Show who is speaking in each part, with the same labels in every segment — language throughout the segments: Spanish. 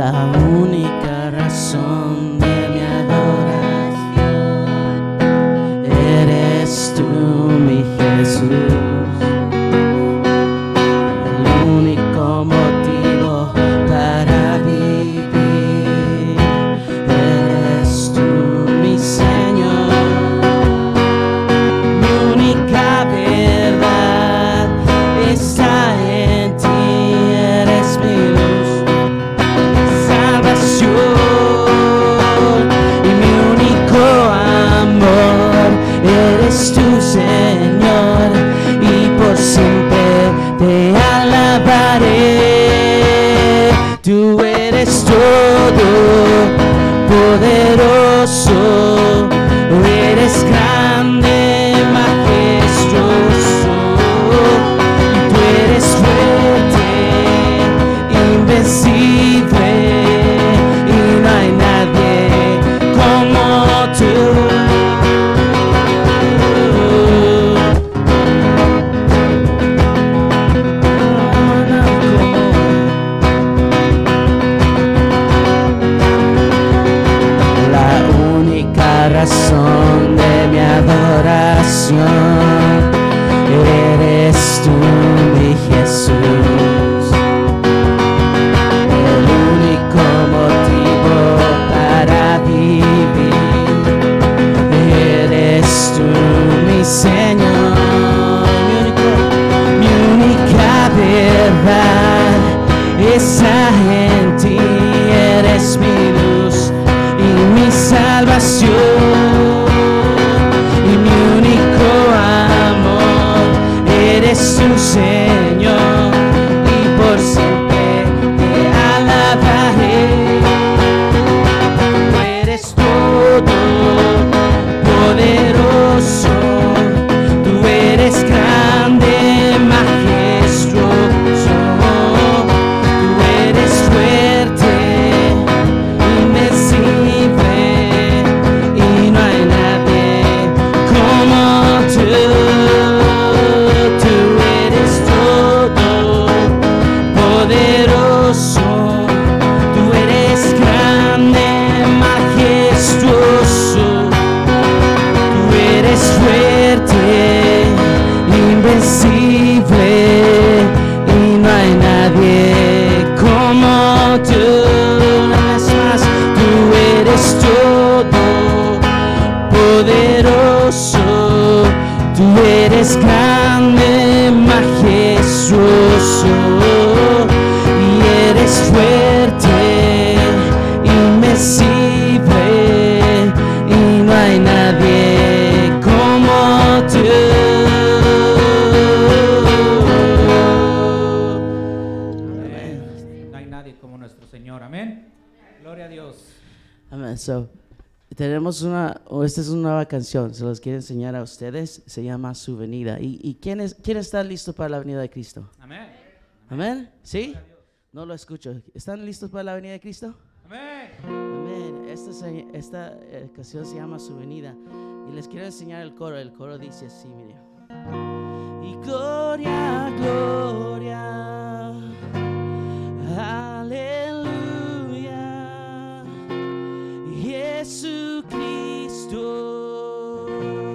Speaker 1: la única razón de mi adoración. Eres tú, mi Jesús. Tú eres todo poderoso, eres grande, majestuoso, tú eres fuerte, invencible, y no hay nadie como tú. Razón de mi adoración, eres tú, mi Jesús. El único motivo para vivir, eres tú, mi Señor. Mi única verdad está en ti, eres mi luz y mi salvación. Eres tu Señor y por siempre te alabaré. Tú eres todo poderoso, tú eres grande, majestuoso, tú eres fuerte, invencible, y no hay nadie como tú. Tú eres grande, majestuoso, tú eres fuerte, invencible, y no hay nadie como tú. Una vez más, tú eres todo poderoso, tú eres grande, majestuoso, eres fuerte, invencible, y no hay nadie como tú.
Speaker 2: Amén. No hay nadie como nuestro Señor. Amén. Gloria a Dios.
Speaker 1: Amén. So, tenemos esta es una nueva canción, se los quiero enseñar a ustedes, se llama Su Venida. ¿Y quién está listo para la venida de Cristo?
Speaker 2: Amén.
Speaker 1: Amén. ¿Sí? No lo escucho. ¿Están listos para la venida de Cristo?
Speaker 2: Amén.
Speaker 1: Amén. Esta canción se llama Su Venida. Y les quiero enseñar el coro. El coro dice así, miren. Y gloria, gloria, aleluya, Jesucristo,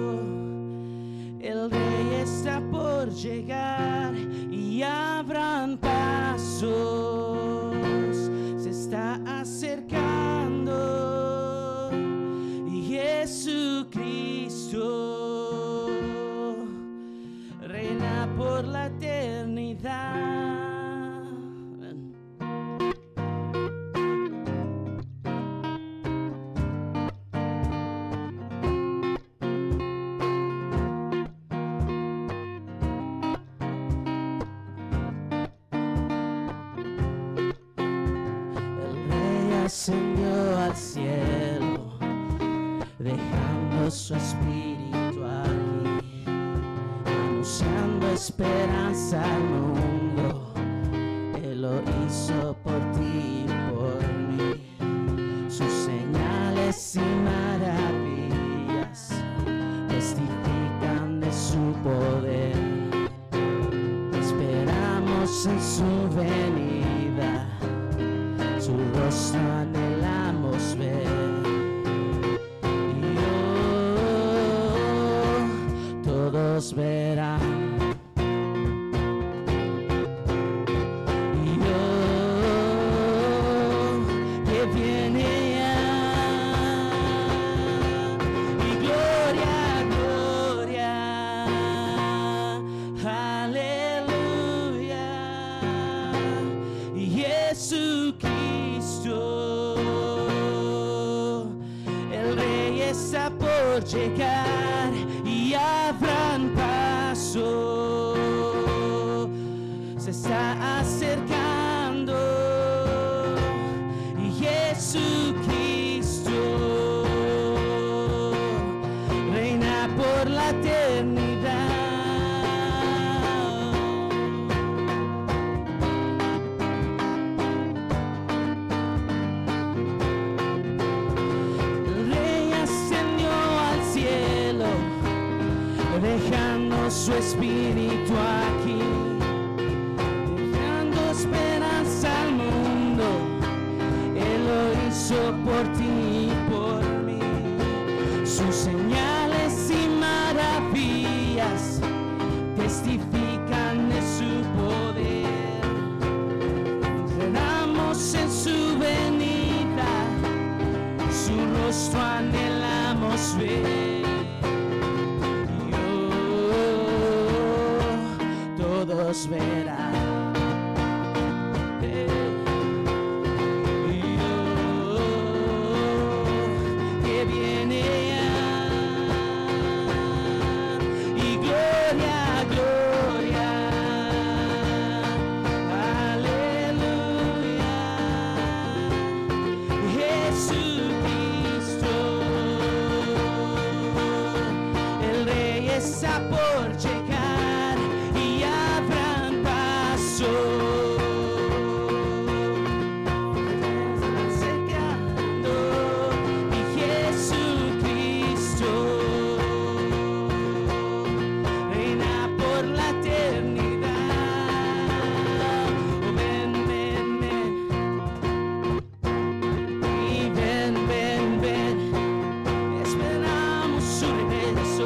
Speaker 1: el Rey está por llegar y abran pasos, se está acercando Jesucristo, reina por la eternidad. Ascendió al cielo, dejando su espíritu aquí, anunciando esperanza al mundo. Él lo hizo por ti y por mí. Sus señales y maravillas testifican de su poder. Esperamos en su venida, su rostro por llegar y abran paso. Se está acercando y Jesucristo reina por la eternidad. Dejando su espíritu aquí, dejando esperanza al mundo. Él lo hizo por ti y por mí. Sus señales y maravillas testifican de su poder. Esperamos en su venida, su rostro anhelamos ver. Todos verán que viene ya, y gloria, gloria, aleluya, Jesucristo, el Rey está por llegar y abran paso. Acercando y Jesucristo reina por la eternidad. Oh, ven, ven, ven. Y ven, ven, ven. Esperamos su regreso.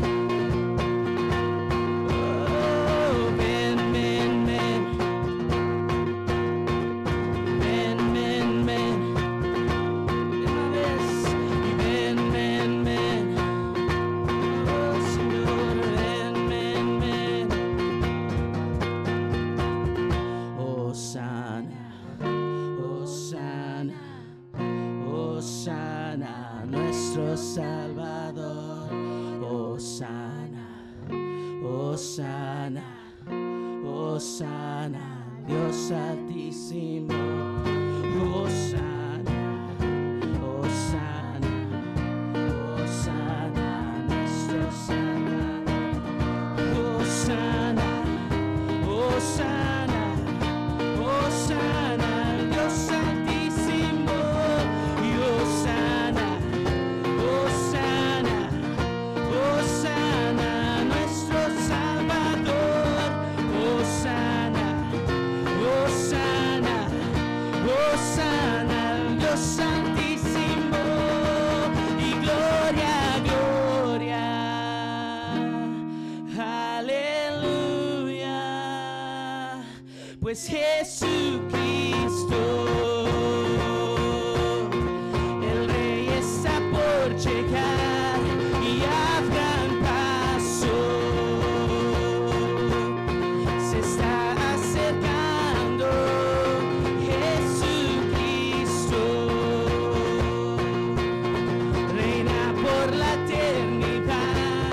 Speaker 1: Hosana, nuestro Salvador. Hosana, Hosana, Hosana, Dios Altísimo. Hosana, Hosana, Hosana, nuestro Salvador. Hosana, Hosana, Hosana, Dios Altísimo. Y Hosana, Hosana, Hosana, nuestro Salvador. Hosana, Hosana, Hosana, Dios Santísimo. Y gloria, gloria, aleluya. Pues Jesucristo, el Rey está por llegar y abran paso. Se está acercando Jesucristo, reina por la eternidad.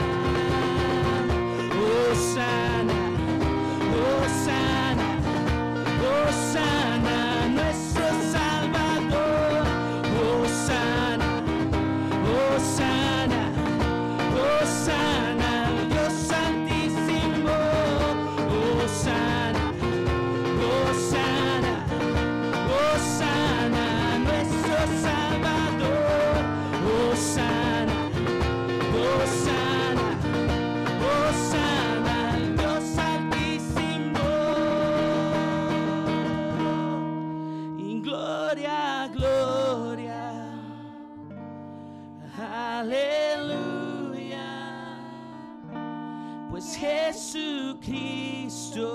Speaker 1: Hosana, Hosana, Hosana, nuestro Salvador. Hosana, Hosana, Hosana, Dios Santísimo. Hosana, Hosana, Hosana, nuestro Salvador. Hosana, Hosana, Hosana, Dios Altísimo. Y gloria, gloria, aleluya. Pues Jesucristo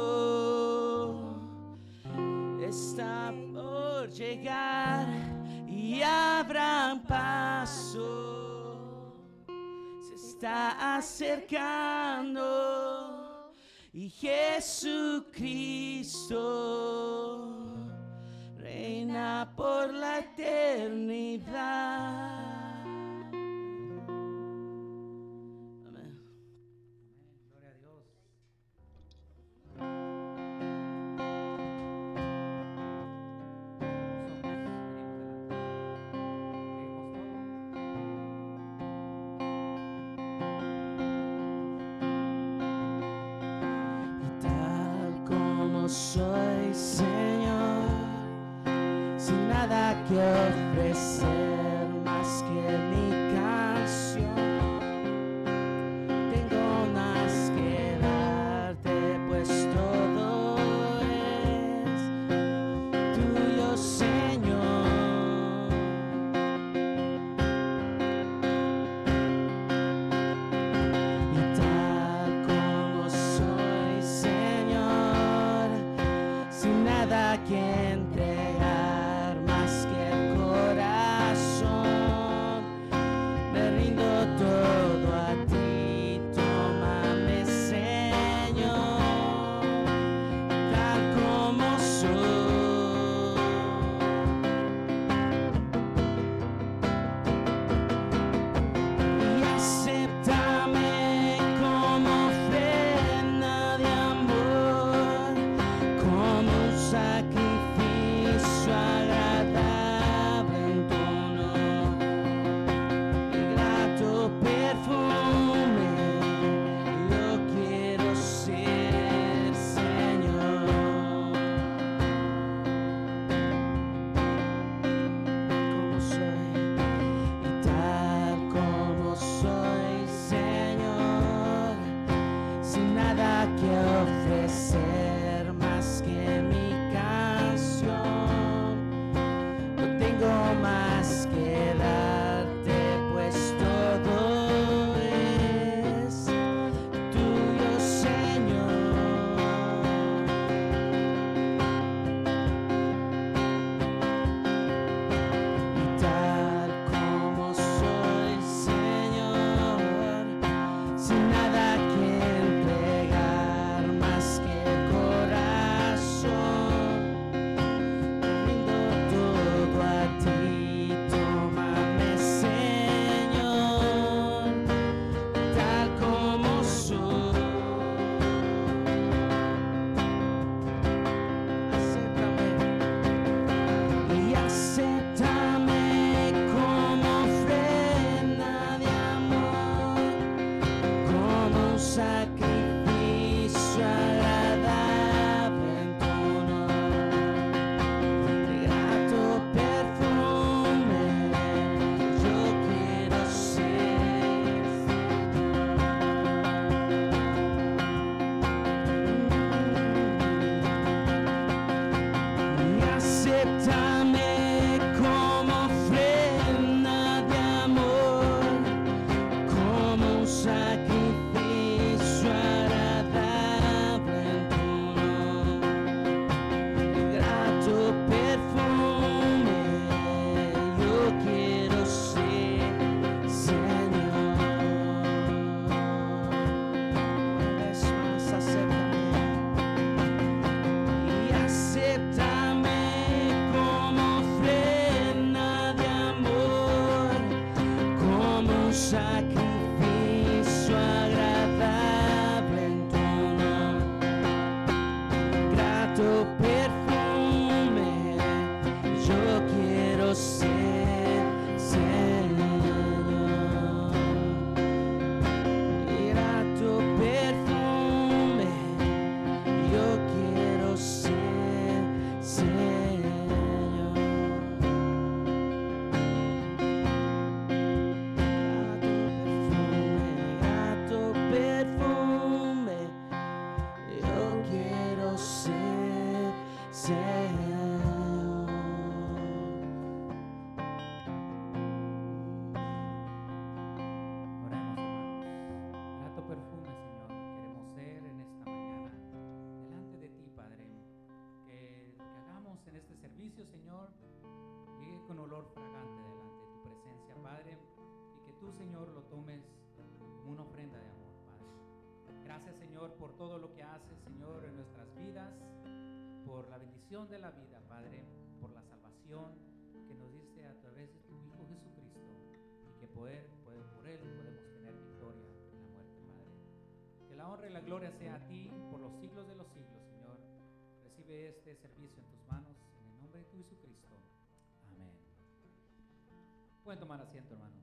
Speaker 1: está por llegar y abran paso. Se está acercando y Jesucristo reina por la eternidad. soy, Señor, sin nada que ofrecer más que mi canción. Tengo más que darte, pues todo es tuyo, Señor. Y tal como soy, Señor, sin nada que entregar más que el corazón, me rindo todo a ti. Tómame, Señor, tal como soy. Y acéptame como ofrenda de amor, como un sacrificio agradable en tu honor, y grato perfume. Yo quiero ser, Señor, como soy. Y tal como soy, Señor, sin nada que ofrecer más que mi canción. No tengo más que darte, pues todo es tuyo, Señor. Y tal como soy, Señor, sin nada que entregar más que el corazón, me rindo todo a ti. Tómame, Señor, tal como soy. Acéptame. Y acéptame como ofrenda de amor, como un sacrificio agradable en tu honor, de grato perfume. Yo quiero ser, y acéptame como ofrenda de amor, como un sacrificio agradable en tu honor, de grato perfume. Yo quiero ser, Señor. Una vez más, acéptame. Y acéptame como ofrenda de amor, como un sacrificio agradable en tu honor, grato perfume. Yo quiero ser, Señor, grato perfume. Yo quiero ser, Señor. Grato perfume. Yo quiero ser, Señor.
Speaker 2: Oremos, hermanos. Grato perfume, Señor, queremos ser en esta mañana delante de ti, Padre. Que lo que hagamos en este servicio, Señor, llegue con olor fragante delante de tu presencia, Padre, y que tú, Señor, lo tomes como una ofrenda de amor, Padre. Gracias, Señor, por todo lo que haces, Señor, en nuestras vidas, por la bendición de la vida, Padre, por la salvación que nos diste a través de tu Hijo Jesucristo, y que por Él podemos tener victoria en la muerte, Padre. Que la honra y la gloria sea a ti por los siglos de los siglos, Señor. Recibe este servicio en tus manos, en el nombre de tu Jesucristo. Amén. Pueden tomar asiento, hermanos.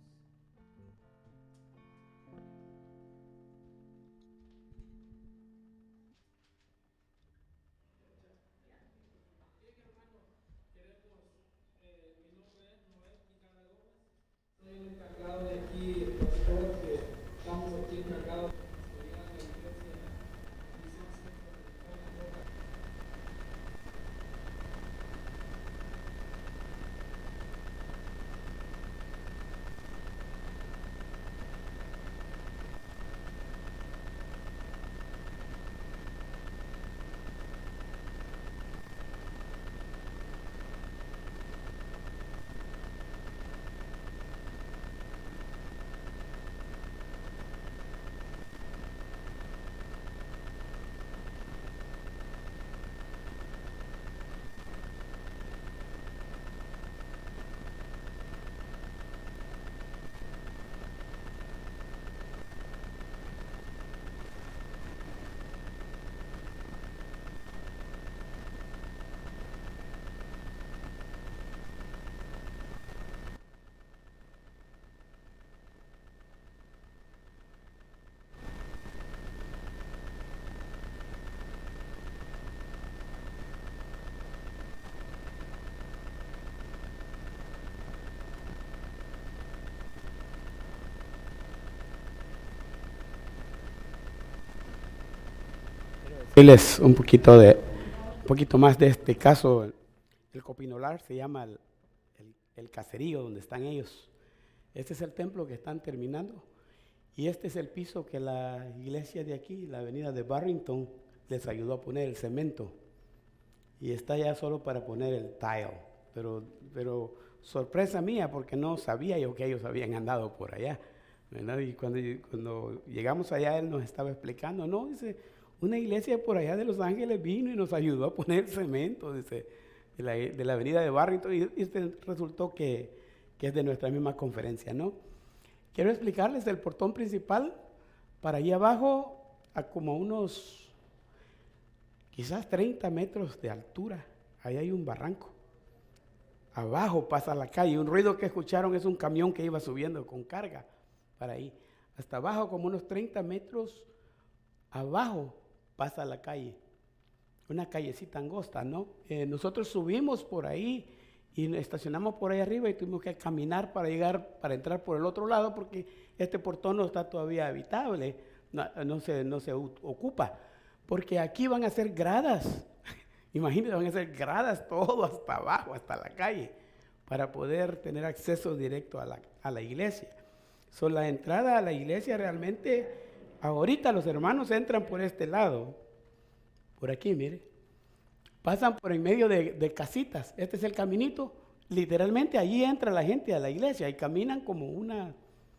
Speaker 3: Les un poquito más de este caso. El Copinolar se llama el caserío donde están ellos. Este es el templo que están terminando y este es el piso que la iglesia de aquí, la avenida de Barrington, les ayudó a poner el cemento y está ya solo para poner el tile, pero sorpresa mía porque no sabía yo que ellos habían andado por allá, ¿verdad? Y cuando llegamos allá él nos estaba explicando, no, dice, una iglesia por allá de Los Ángeles vino y nos ayudó a poner cemento, dice, de la avenida de Barrington, y resultó que es de nuestra misma conferencia, ¿no? Quiero explicarles el portón principal, para allí abajo, a como unos, quizás 30 metros de altura, ahí hay un barranco. Abajo pasa la calle, un ruido que escucharon es un camión que iba subiendo con carga para ahí. Hasta abajo, como unos 30 metros abajo, pasa la calle. Una callecita angosta, ¿no? Nosotros subimos por ahí y estacionamos por ahí arriba y tuvimos que caminar para entrar por el otro lado porque este portón no está todavía habitable, no se ocupa, porque aquí van a ser gradas. Imagínense, van a ser gradas todo hasta abajo, hasta la calle, para poder tener acceso directo a la iglesia. La entrada a la iglesia realmente, ahorita los hermanos entran por este lado, por aquí, mire, pasan por en medio de casitas, este es el caminito, literalmente allí entra la gente a la iglesia y caminan como unas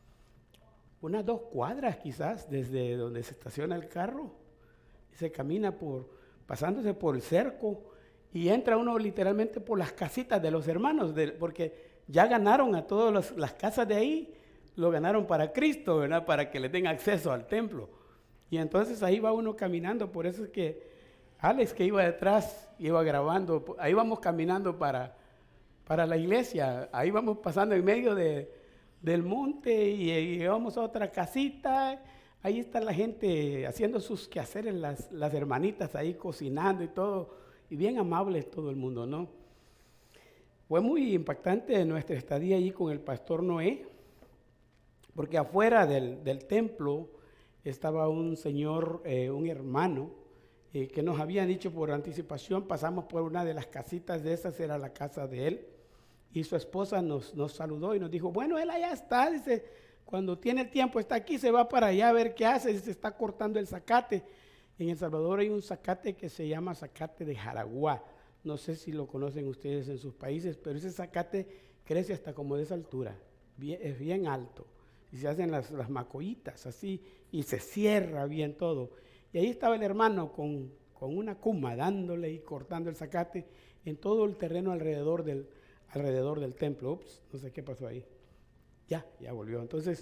Speaker 3: 2 cuadras quizás desde donde se estaciona el carro, y se camina pasándose por el cerco y entra uno literalmente por las casitas de los hermanos, porque ya ganaron a todas las casas de ahí, lo ganaron para Cristo, ¿verdad? Para que le den acceso al templo. Y entonces ahí va uno caminando, por eso es que Alex, que iba detrás, iba grabando, ahí vamos caminando para la iglesia, ahí vamos pasando en medio del monte y llegamos a otra casita, ahí está la gente haciendo sus quehaceres, las hermanitas ahí cocinando y todo, y bien amables todo el mundo, ¿no? Fue muy impactante nuestra estadía allí con el pastor Noé, porque afuera del templo estaba un señor, un hermano, que nos habían dicho por anticipación. Pasamos por una de las casitas de esas, era la casa de él, y su esposa nos saludó y nos dijo, bueno, él allá está, dice, cuando tiene el tiempo está aquí, se va para allá a ver qué hace, se está cortando el zacate. En El Salvador hay un zacate que se llama zacate de Jaraguá, no sé si lo conocen ustedes en sus países, pero ese zacate crece hasta como de esa altura, es bien alto, y se hacen las macoitas así, y se cierra bien todo. Y ahí estaba el hermano con una cuma dándole y cortando el zacate en todo el terreno alrededor del templo. Ups, no sé qué pasó ahí. Ya volvió. Entonces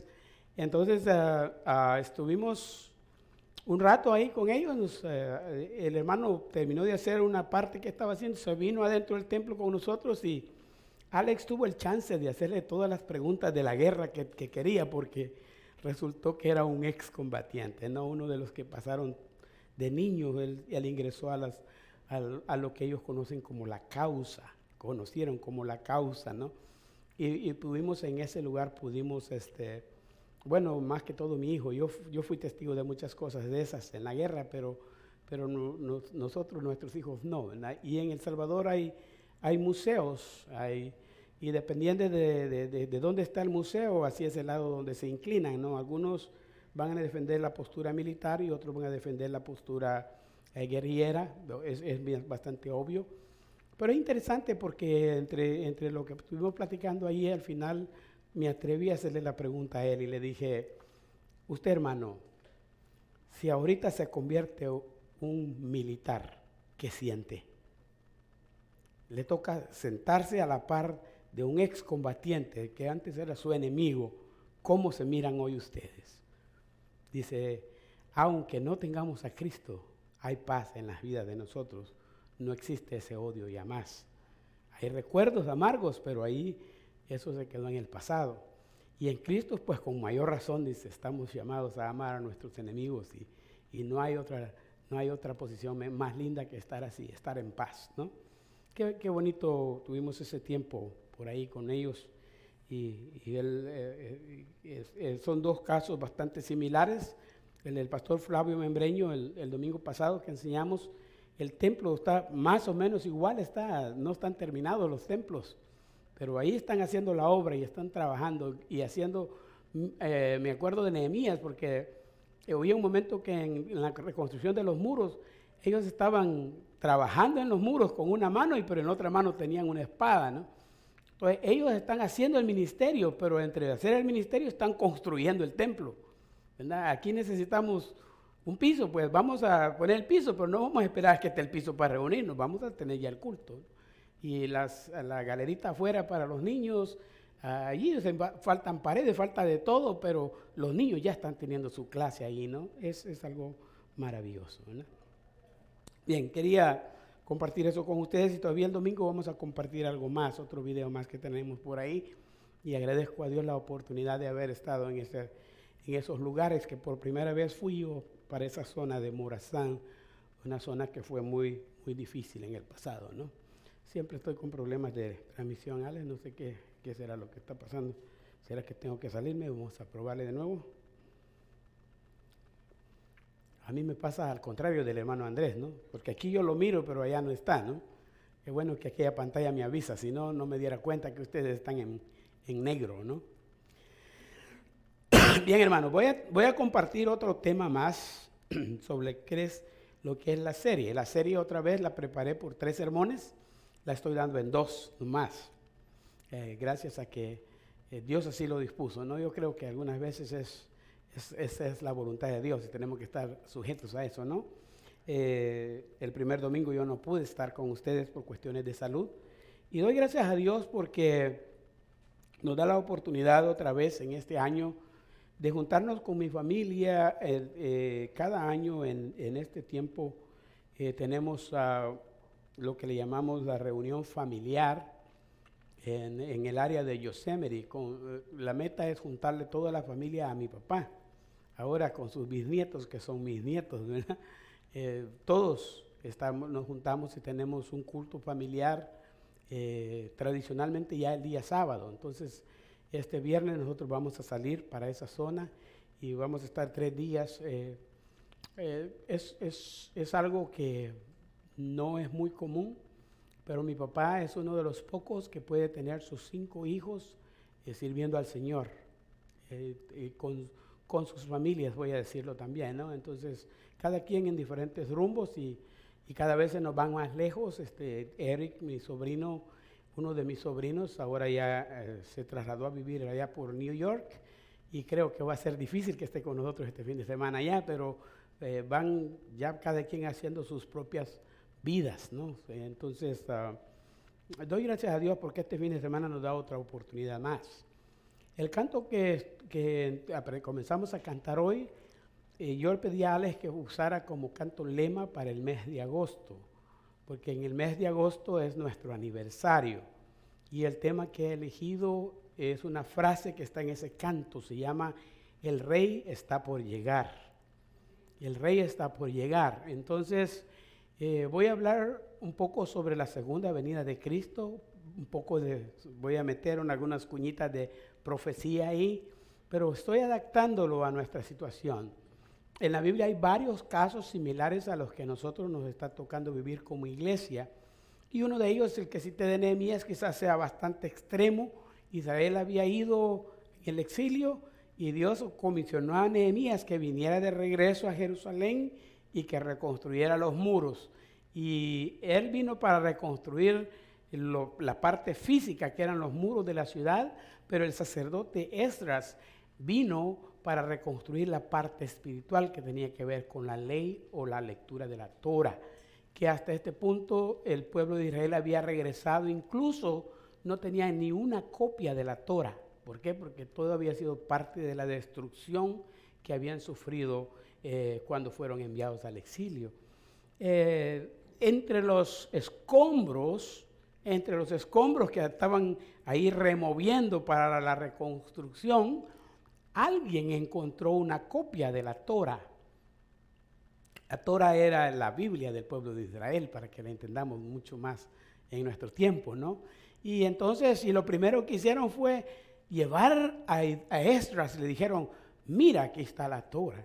Speaker 3: estuvimos un rato ahí con ellos. El hermano terminó de hacer una parte que estaba haciendo, se vino adentro del templo con nosotros y Alex tuvo el chance de hacerle todas las preguntas de la guerra que quería, porque resultó que era un excombatiente, no uno de los que pasaron de niño. Él ingresó a lo que ellos conocen como la causa, conocieron como la causa, ¿no? Y pudimos en ese lugar, bueno, más que todo mi hijo, yo fui testigo de muchas cosas de esas en la guerra, pero nosotros, nuestros hijos no, ¿verdad? Y en El Salvador hay museos, y dependiendo de dónde está el museo, así es el lado donde se inclinan, ¿no? Algunos van a defender la postura militar y otros van a defender la postura guerrillera, es bastante obvio. Pero es interesante porque entre lo que estuvimos platicando ahí, al final me atreví a hacerle la pregunta a él y le dije, usted hermano, si ahorita se convierte un militar, ¿qué siente? Le toca sentarse a la par de un excombatiente que antes era su enemigo. ¿Cómo se miran hoy ustedes? Dice, aunque no tengamos a Cristo, hay paz en las vidas de nosotros. No existe ese odio ya más. Hay recuerdos amargos, pero ahí eso se quedó en el pasado. Y en Cristo, pues con mayor razón, dice, estamos llamados a amar a nuestros enemigos y no hay otra posición más linda que estar así, estar en paz, ¿no? Qué bonito tuvimos ese tiempo por ahí con ellos. Y son 2 casos bastante similares. el pastor Flavio Membreño el domingo pasado que enseñamos, el templo está más o menos igual, no están terminados los templos, pero ahí están haciendo la obra y están trabajando y haciendo, me acuerdo de Nehemías, porque había un momento que en la reconstrucción de los muros, ellos estaban trabajando en los muros con una mano, pero en otra mano tenían una espada, ¿no? Entonces ellos están haciendo el ministerio, pero entre hacer el ministerio están construyendo el templo, ¿verdad? Aquí necesitamos un piso, pues vamos a poner el piso, pero no vamos a esperar que esté el piso para reunirnos, vamos a tener ya el culto. Y la galerita afuera para los niños, allí faltan paredes, falta de todo, pero los niños ya están teniendo su clase ahí, ¿no? Es algo maravilloso, ¿verdad? Bien, quería compartir eso con ustedes y todavía el domingo vamos a compartir algo más, otro video más que tenemos por ahí, y agradezco a Dios la oportunidad de haber estado en esos lugares que por primera vez fui yo para esa zona de Morazán, una zona que fue muy, muy difícil en el pasado, ¿no? Siempre estoy con problemas de transmisión, Alex, no sé qué será lo que está pasando. ¿Será que tengo que salirme? Vamos a probarle de nuevo. A mí me pasa al contrario del hermano Andrés, ¿no? Porque aquí yo lo miro, pero allá no está, ¿no? Qué bueno que aquella pantalla me avisa, si no, no me diera cuenta que ustedes están en negro, ¿no? Bien, hermano, voy a compartir otro tema más sobre qué es lo que es la serie. La serie otra vez la preparé por 3 sermones, la estoy dando en 2 más, gracias a que Dios así lo dispuso, ¿no? Yo creo que algunas veces esa es la voluntad de Dios y tenemos que estar sujetos a eso, ¿no? El primer domingo yo no pude estar con ustedes por cuestiones de salud y doy gracias a Dios porque nos da la oportunidad otra vez en este año de juntarnos con mi familia. Cada año en este tiempo tenemos lo que le llamamos la reunión familiar en el área de Yosemite. La meta es juntarle toda la familia a mi papá, ahora con sus bisnietos, que son mis nietos, ¿verdad? Todos nos juntamos y tenemos un culto familiar tradicionalmente ya el día sábado. Entonces, este viernes nosotros vamos a salir para esa zona y vamos a estar 3 días. Es algo que no es muy común, pero mi papá es uno de los pocos que puede tener sus 5 hijos sirviendo al Señor, con sus familias, voy a decirlo también, ¿no? Entonces, cada quien en diferentes rumbos y cada vez se nos van más lejos. Eric, mi sobrino, uno de mis sobrinos, ahora ya se trasladó a vivir allá por New York y creo que va a ser difícil que esté con nosotros este fin de semana allá, pero van ya cada quien haciendo sus propias vidas, ¿no? Entonces, doy gracias a Dios porque este fin de semana nos da otra oportunidad más. El canto que comenzamos a cantar hoy, yo le pedí a Alex que usara como canto lema para el mes de agosto, porque en el mes de agosto es nuestro aniversario y el tema que he elegido es una frase que está en ese canto, se llama "El Rey está por llegar". El Rey está por llegar. Entonces, voy a hablar un poco sobre la segunda venida de Cristo, voy a meter algunas cuñitas de profecía ahí, pero estoy adaptándolo a nuestra situación. En la Biblia hay varios casos similares a los que nosotros nos está tocando vivir como iglesia, y uno de ellos, el que cité de Nehemías, quizás sea bastante extremo. Israel había ido en el exilio y Dios comisionó a Nehemías que viniera de regreso a Jerusalén y que reconstruyera los muros. Y él vino para reconstruir la parte física, que eran los muros de la ciudad, pero el sacerdote Esdras vino para reconstruir la parte espiritual que tenía que ver con la ley o la lectura de la Torah, que hasta este punto el pueblo de Israel había regresado, incluso no tenía ni una copia de la Torah. ¿Por qué? Porque todo había sido parte de la destrucción que habían sufrido cuando fueron enviados al exilio. Entre los escombros que estaban ahí removiendo para la reconstrucción, alguien encontró una copia de la Torah. La Torah era la Biblia del pueblo de Israel, para que la entendamos mucho más en nuestro tiempo, ¿no? Y entonces, lo primero que hicieron fue llevar a Esdras, le dijeron, mira, aquí está la Torah.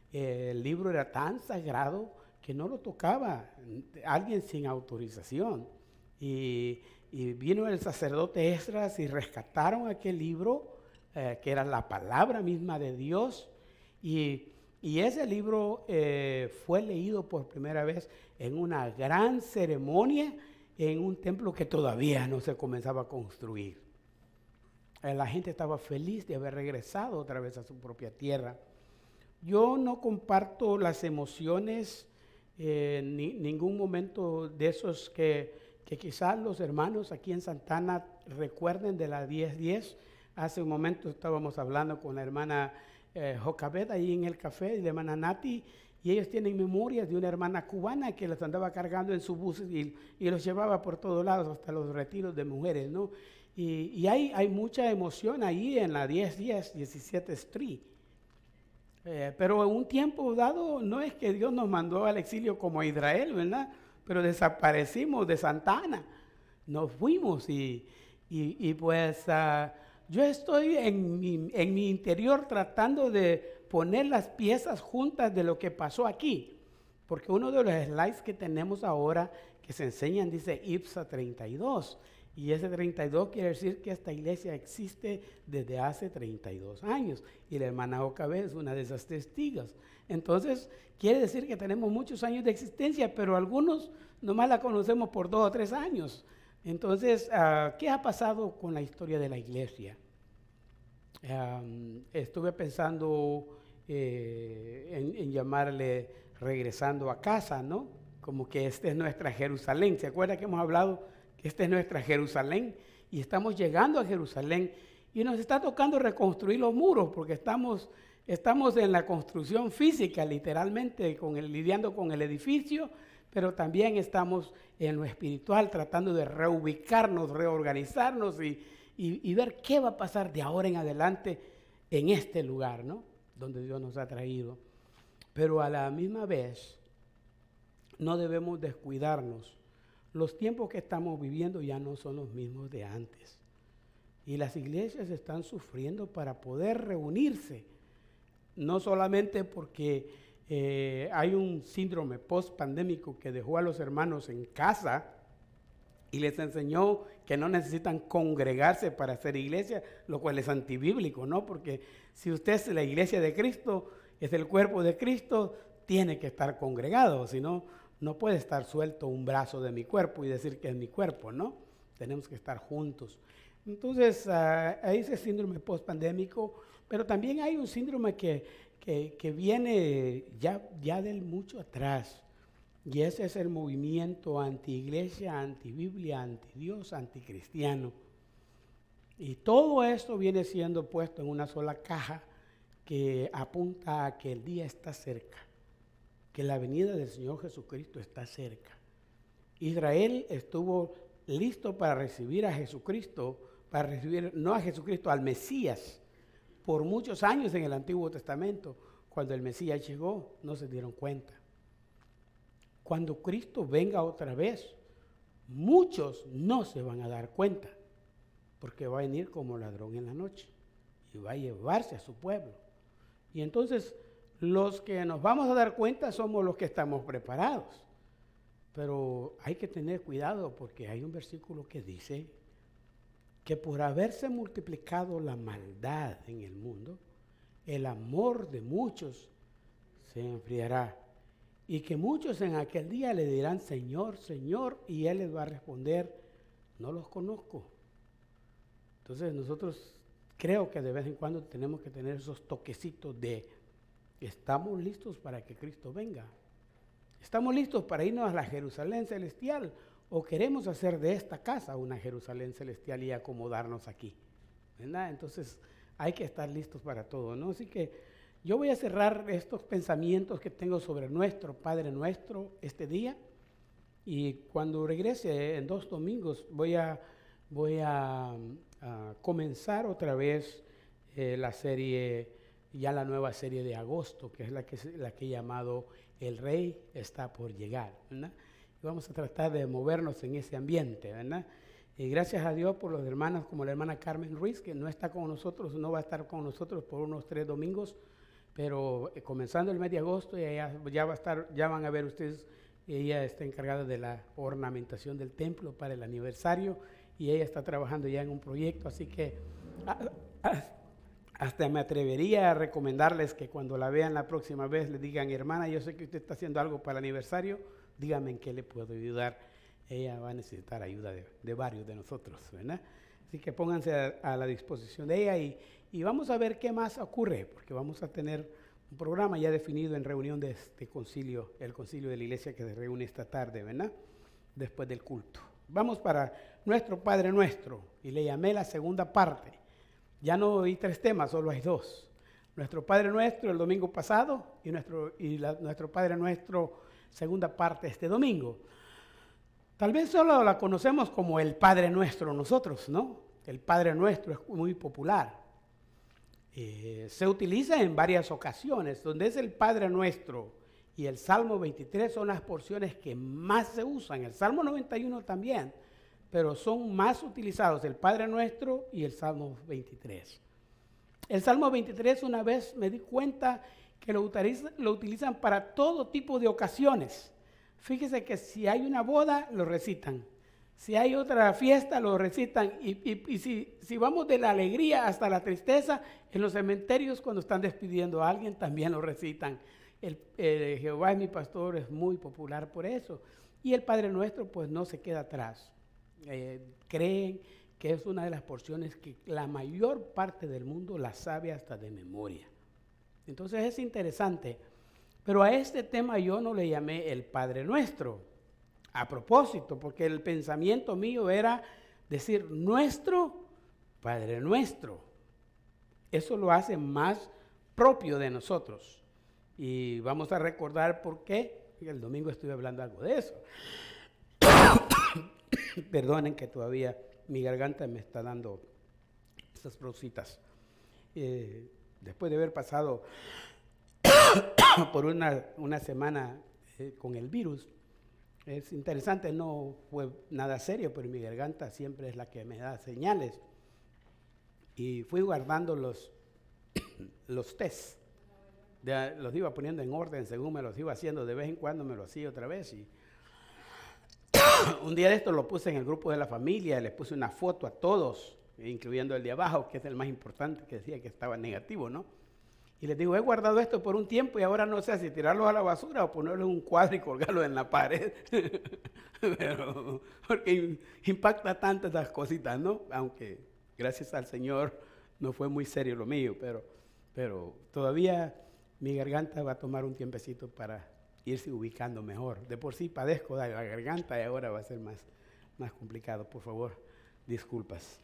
Speaker 3: El libro era tan sagrado que no lo tocaba alguien sin autorización. Y vino el sacerdote Esdras y rescataron aquel libro, que era la palabra misma de Dios. Y ese libro fue leído por primera vez en una gran ceremonia en un templo que todavía no se comenzaba a construir. La gente estaba feliz de haber regresado otra vez a su propia tierra. Yo no comparto las emociones, ningún momento de esos que quizás los hermanos aquí en Santana recuerden de la 10-10. Hace un momento estábamos hablando con la hermana Jocabet ahí en el café, y la hermana Nati, y ellos tienen memorias de una hermana cubana que los andaba cargando en su bus y los llevaba por todos lados hasta los retiros de mujeres, ¿no? Y hay mucha emoción ahí en la 10-10, 17 Street. Pero en un tiempo dado no es que Dios nos mandó al exilio como a Israel, ¿verdad? Pero desaparecimos de Santana, nos fuimos y pues yo estoy en mi interior tratando de poner las piezas juntas de lo que pasó aquí, porque uno de los slides que tenemos ahora que se enseñan dice IPSA 32, y ese 32 quiere decir que esta iglesia existe desde hace 32 años, y la hermana Ocabé es una de esas testigos. Entonces quiere decir que tenemos muchos años de existencia, pero algunos nomás la conocemos por 2 o 3 años. Entonces, ¿qué ha pasado con la historia de la iglesia? Estuve pensando en llamarle regresando a casa, ¿no? Como que esta es nuestra Jerusalén. ¿Se acuerda que hemos hablado que esta es nuestra Jerusalén? Y estamos llegando a Jerusalén y nos está tocando reconstruir los muros porque estamos en la construcción física, literalmente, lidiando con el edificio, pero también estamos en lo espiritual, tratando de reubicarnos, reorganizarnos y ver qué va a pasar de ahora en adelante en este lugar, ¿no? Donde Dios nos ha traído. Pero a la misma vez, no debemos descuidarnos. Los tiempos que estamos viviendo ya no son los mismos de antes. Y las iglesias están sufriendo para poder reunirse. No solamente porque hay un síndrome post-pandémico que dejó a los hermanos en casa y les enseñó que no necesitan congregarse para hacer iglesia, lo cual es antibíblico, ¿no? Porque si usted es la iglesia de Cristo, es el cuerpo de Cristo, tiene que estar congregado, si no, no puede estar suelto un brazo de mi cuerpo y decir que es mi cuerpo, ¿no? Tenemos que estar juntos. Entonces, hay ese síndrome post-pandémico, pero también hay un síndrome que viene ya del mucho atrás. Y ese es el movimiento anti-iglesia, anti-biblia, anti-Dios, anticristiano. Y todo esto viene siendo puesto en una sola caja que apunta a que el día está cerca, que la venida del Señor Jesucristo está cerca. Israel estuvo listo para recibir a Jesucristo, para recibir no a Jesucristo, al Mesías, por muchos años en el Antiguo Testamento. Cuando el Mesías llegó, no se dieron cuenta. Cuando Cristo venga otra vez, muchos no se van a dar cuenta, porque va a venir como ladrón en la noche y va a llevarse a su pueblo. Y entonces los que nos vamos a dar cuenta somos los que estamos preparados. Pero hay que tener cuidado porque hay un versículo que dice que por haberse multiplicado la maldad en el mundo, el amor de muchos se enfriará. Y que muchos en aquel día le dirán, Señor, Señor, y Él les va a responder, no los conozco. Entonces nosotros creo que de vez en cuando tenemos que tener esos toquecitos de, ¿estamos listos para que Cristo venga? ¿Estamos listos para irnos a la Jerusalén celestial? ¿O queremos hacer de esta casa una Jerusalén celestial y acomodarnos aquí? ¿Verdad? Entonces hay que estar listos para todo, ¿no? Así que yo voy a cerrar estos pensamientos que tengo sobre nuestro Padre Nuestro este día, y cuando regrese en 2 domingos voy a comenzar otra vez la serie, ya la nueva serie de agosto, que es la que he llamado El Rey está por llegar, ¿verdad? Y vamos a tratar de movernos en ese ambiente, ¿verdad? Y gracias a Dios por los hermanos como la hermana Carmen Ruiz, que no está con nosotros, no va a estar con nosotros por unos 3 domingos, pero comenzando el mes de agosto ya van a ver ustedes, ella está encargada de la ornamentación del templo para el aniversario y ella está trabajando ya en un proyecto, así que hasta me atrevería a recomendarles que cuando la vean la próxima vez le digan, hermana, yo sé que usted está haciendo algo para el aniversario, dígame en qué le puedo ayudar. Ella va a necesitar ayuda de varios de nosotros, ¿verdad? Así que pónganse a la disposición de ella y vamos a ver qué más ocurre, porque vamos a tener un programa ya definido en reunión de este concilio, el concilio de la iglesia que se reúne esta tarde, ¿verdad? Después del culto. Vamos para nuestro Padre Nuestro y le llamé la segunda parte. Ya no oí 3 temas, solo hay 2. Nuestro Padre Nuestro el domingo pasado y nuestro Padre Nuestro segunda parte este domingo. Tal vez solo la conocemos como el Padre Nuestro nosotros, ¿no? El Padre Nuestro es muy popular. Se utiliza en varias ocasiones, donde es el Padre Nuestro y el Salmo 23 son las porciones que más se usan. El Salmo 91 también, pero son más utilizados el Padre Nuestro y el Salmo 23. El Salmo 23 una vez me di cuenta que lo utilizan para todo tipo de ocasiones. Fíjese que si hay una boda, lo recitan. Si hay otra fiesta, lo recitan. Y si vamos de la alegría hasta la tristeza, en los cementerios cuando están despidiendo a alguien, también lo recitan. Jehová es mi pastor es muy popular por eso. Y el Padre Nuestro pues no se queda atrás. Creen que es una de las porciones que la mayor parte del mundo la sabe hasta de memoria. Entonces es interesante. Pero a este tema yo no le llamé el Padre Nuestro, a propósito, porque el pensamiento mío era decir nuestro Padre Nuestro. Eso lo hace más propio de nosotros. Y vamos a recordar por qué. El domingo estuve hablando algo de eso. Perdonen que todavía mi garganta me está dando esas rositas. Después de haber pasado por una semana con el virus, es interesante, no fue nada serio, pero mi garganta siempre es la que me da señales. Y fui guardando los tests, los iba poniendo en orden según me los iba haciendo, de vez en cuando me lo hacía otra vez. Y un día de esto lo puse en el grupo de la familia, les puse una foto a todos, incluyendo el de abajo, que es el más importante, que decía que estaba negativo, ¿no? Y les digo, he guardado esto por un tiempo y ahora no sé si tirarlo a la basura o ponerlo en un cuadro y colgarlo en la pared. Pero, porque impacta tantas esas cositas, ¿no? Aunque gracias al Señor no fue muy serio lo mío, pero todavía mi garganta va a tomar un tiempecito para irse ubicando mejor. De por sí padezco de la garganta y ahora va a ser más complicado. Por favor, disculpas.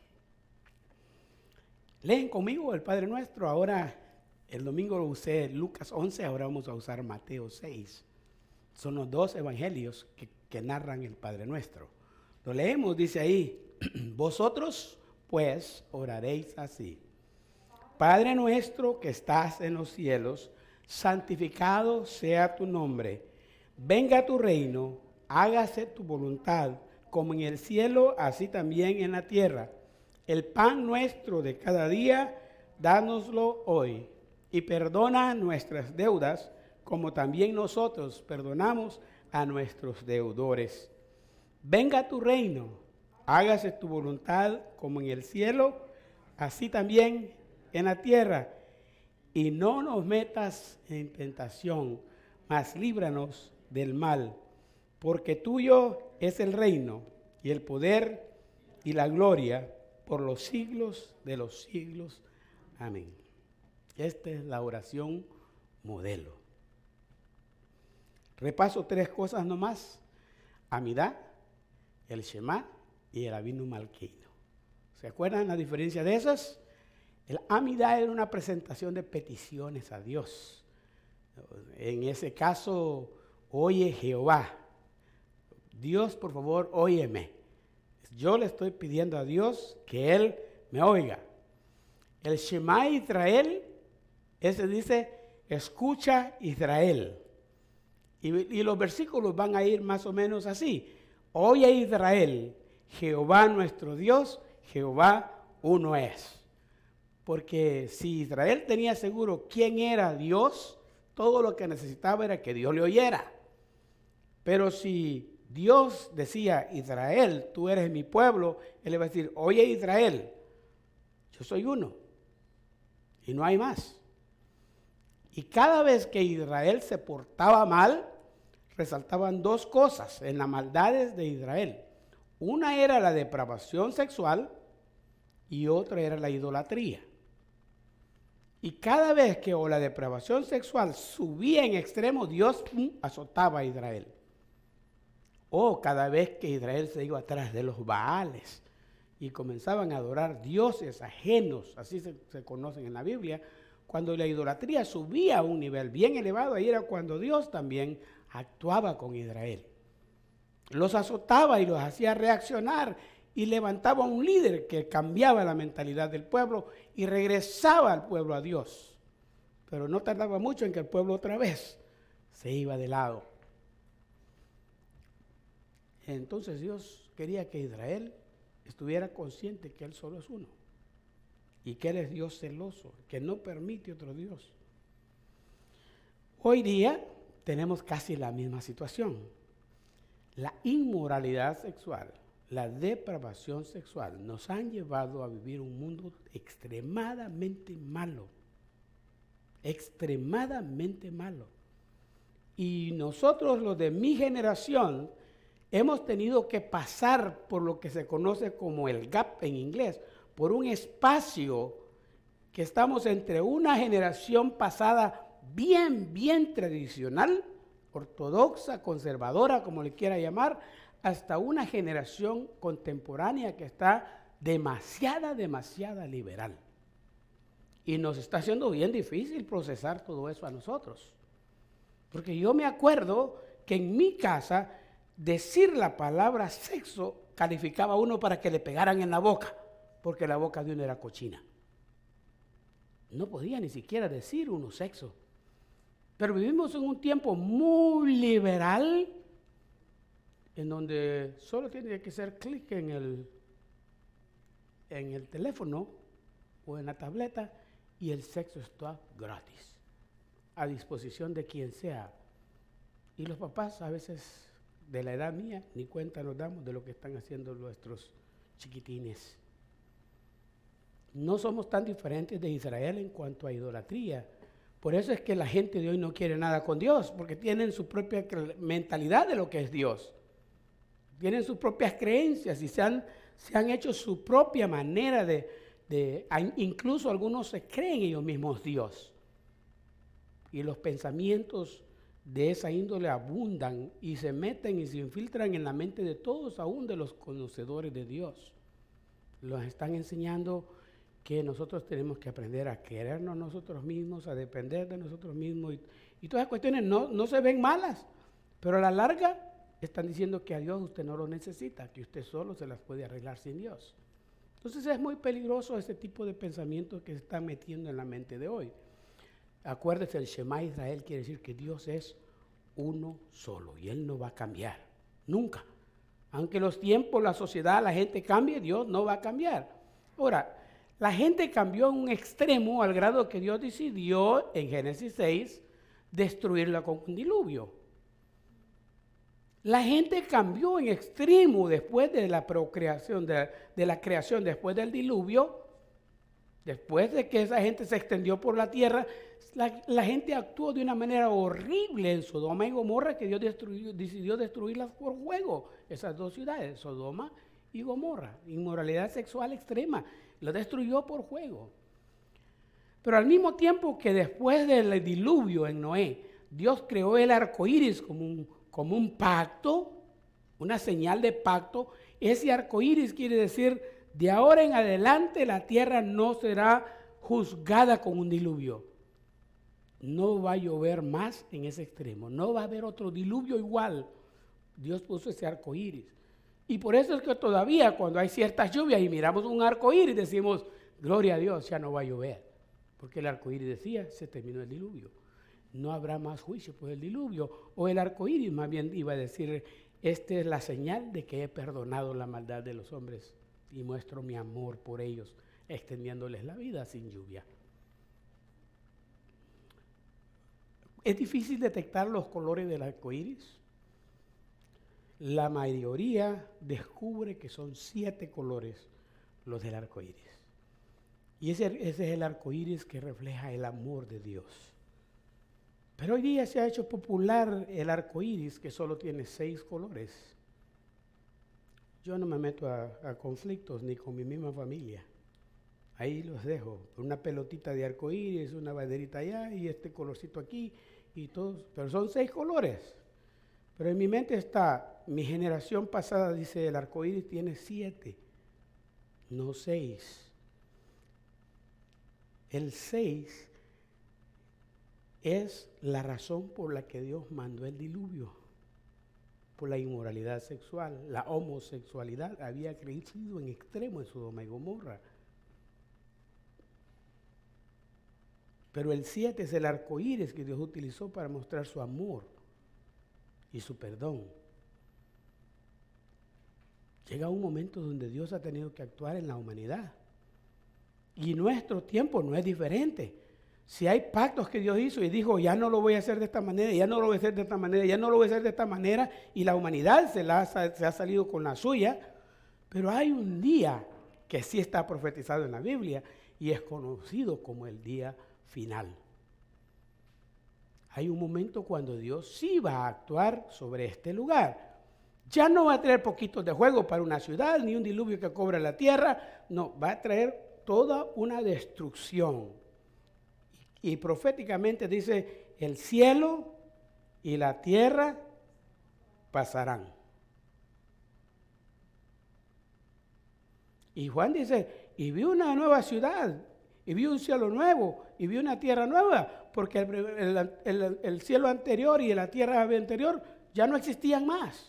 Speaker 3: Leen conmigo el Padre Nuestro. Ahora, el domingo lo usé Lucas 11, ahora vamos a usar Mateo 6. Son los 2 evangelios que narran el Padre Nuestro. Lo leemos, dice ahí, vosotros pues oraréis así. Padre nuestro que estás en los cielos, santificado sea tu nombre. Venga tu reino, hágase tu voluntad, como en el cielo, así también en la tierra. El pan nuestro de cada día, dánoslo hoy. Y perdona nuestras deudas, como también nosotros perdonamos a nuestros deudores. Venga tu reino, hágase tu voluntad como en el cielo, así también en la tierra. Y no nos metas en tentación, mas líbranos del mal. Porque tuyo es el reino, y el poder, y la gloria, por los siglos de los siglos. Amén. Esta es la oración modelo. Repaso 3 cosas nomás. Amidá, el Shema y el Avinu Malkeinu. ¿Se acuerdan la diferencia de esas? El Amidá era una presentación de peticiones a Dios. En ese caso, oye Jehová. Dios, por favor, óyeme. Yo le estoy pidiendo a Dios que Él me oiga. El Shema Israel, ese dice, escucha Israel. Y los versículos van a ir más o menos así. Oye Israel, Jehová nuestro Dios, Jehová uno es. Porque si Israel tenía seguro quién era Dios, todo lo que necesitaba era que Dios le oyera. Pero si Dios decía, Israel, tú eres mi pueblo, él le va a decir, oye Israel, yo soy uno y no hay más. Y cada vez que Israel se portaba mal, resaltaban dos cosas en las maldades de Israel. Una era la depravación sexual y otra era la idolatría. Y cada vez que la depravación sexual subía en extremo, Dios azotaba a Israel. O cada vez que Israel se iba atrás de los Baales y comenzaban a adorar dioses ajenos, así se conocen en la Biblia, cuando la idolatría subía a un nivel bien elevado, ahí era cuando Dios también actuaba con Israel. Los azotaba y los hacía reaccionar y levantaba un líder que cambiaba la mentalidad del pueblo y regresaba al pueblo a Dios. Pero no tardaba mucho en que el pueblo otra vez se iba de lado. Entonces Dios quería que Israel estuviera consciente que Él solo es uno y que Él es Dios celoso, que no permite otro Dios. Hoy día tenemos casi la misma situación. La inmoralidad sexual, la depravación sexual nos han llevado a vivir un mundo extremadamente malo. Extremadamente malo. Y nosotros, los de mi generación, hemos tenido que pasar por lo que se conoce como el gap en inglés, por un espacio que estamos entre una generación pasada bien tradicional, ortodoxa, conservadora, como le quiera llamar, hasta una generación contemporánea que está demasiada liberal. Y nos está haciendo bien difícil procesar todo eso a nosotros. Porque yo me acuerdo que en mi casa decir la palabra sexo calificaba a uno para que le pegaran en la boca, porque la boca de uno era cochina. No podía ni siquiera decir uno sexo. Pero vivimos en un tiempo muy liberal, en donde solo tiene que hacer clic en el teléfono o en la tableta y el sexo está gratis, a disposición de quien sea. Y los papás a veces de la edad mía ni cuenta nos damos de lo que están haciendo nuestros chiquitines. No somos tan diferentes de Israel en cuanto a idolatría. Por eso es que la gente de hoy no quiere nada con Dios, porque tienen su propia mentalidad de lo que es Dios. Tienen sus propias creencias y se han hecho su propia manera incluso algunos se creen ellos mismos Dios. Y los pensamientos de esa índole abundan y se meten y se infiltran en la mente de todos, aún de los conocedores de Dios. Los están enseñando que nosotros tenemos que aprender a querernos nosotros mismos, a depender de nosotros mismos. Y todas las cuestiones no se ven malas, pero a la larga están diciendo que a Dios usted no lo necesita, que usted solo se las puede arreglar sin Dios. Entonces es muy peligroso ese tipo de pensamientos que se están metiendo en la mente de hoy. Acuérdese, el Shema Israel quiere decir que Dios es uno solo y Él no va a cambiar, nunca. Aunque los tiempos, la sociedad, la gente cambie, Dios no va a cambiar. Ahora, la gente cambió en un extremo al grado que Dios decidió en Génesis 6 destruirla con un diluvio. La gente cambió en extremo después de la procreación, de la creación, después del diluvio, después de que esa gente se extendió por la tierra. La gente actuó de una manera horrible en Sodoma y Gomorra, que Dios decidió destruirlas por fuego, esas dos ciudades, Sodoma y Gomorra. Inmoralidad sexual extrema, lo destruyó por fuego. Pero al mismo tiempo que después del diluvio en Noé, Dios creó el arco iris como un pacto, una señal de pacto. Ese arco iris quiere decir, de ahora en adelante la tierra no será juzgada con un diluvio. No va a llover más en ese extremo, no va a haber otro diluvio igual. Dios puso ese arco iris. Y por eso es que todavía cuando hay ciertas lluvias y miramos un arco iris decimos, gloria a Dios, ya no va a llover. Porque el arco iris decía, se terminó el diluvio. No habrá más juicio por el diluvio. O el arco iris más bien iba a decir, esta es la señal de que he perdonado la maldad de los hombres y muestro mi amor por ellos. extendiéndoles la vida sin lluvia. ¿Es difícil detectar los colores del arco iris? La mayoría descubre que son 7 colores los del arco iris. Y ese es el arco iris que refleja el amor de Dios. Pero hoy día se ha hecho popular el arco iris que solo tiene 6 colores. Yo no me meto a conflictos ni con mi misma familia. Ahí los dejo. Una pelotita de arco iris, una banderita allá y este colorcito aquí y todos. Pero son 6 colores. Pero en mi mente está, mi generación pasada dice el arco iris tiene 7, no 6. El 6 es la razón por la que Dios mandó el diluvio, por la inmoralidad sexual. La homosexualidad había crecido en extremo en Sodoma y Gomorra. Pero el 7 es el arco iris que Dios utilizó para mostrar su amor y su perdón. Llega un momento donde Dios ha tenido que actuar en la humanidad. Y nuestro tiempo no es diferente. Si hay pactos que Dios hizo y dijo, ya no lo voy a hacer de esta manera, ya no lo voy a hacer de esta manera, ya no lo voy a hacer de esta manera, y la humanidad se ha salido con la suya, pero hay un día que sí está profetizado en la Biblia y es conocido como el día final. Hay un momento cuando Dios sí va a actuar sobre este lugar. Ya no va a traer poquitos de fuego para una ciudad, ni un diluvio que cobra la tierra, no, va a traer toda una destrucción. Y proféticamente dice, el cielo y la tierra pasarán. Y Juan dice, y vi una nueva ciudad, y vi un cielo nuevo, y vi una tierra nueva, porque el cielo anterior y la tierra anterior ya no existían más.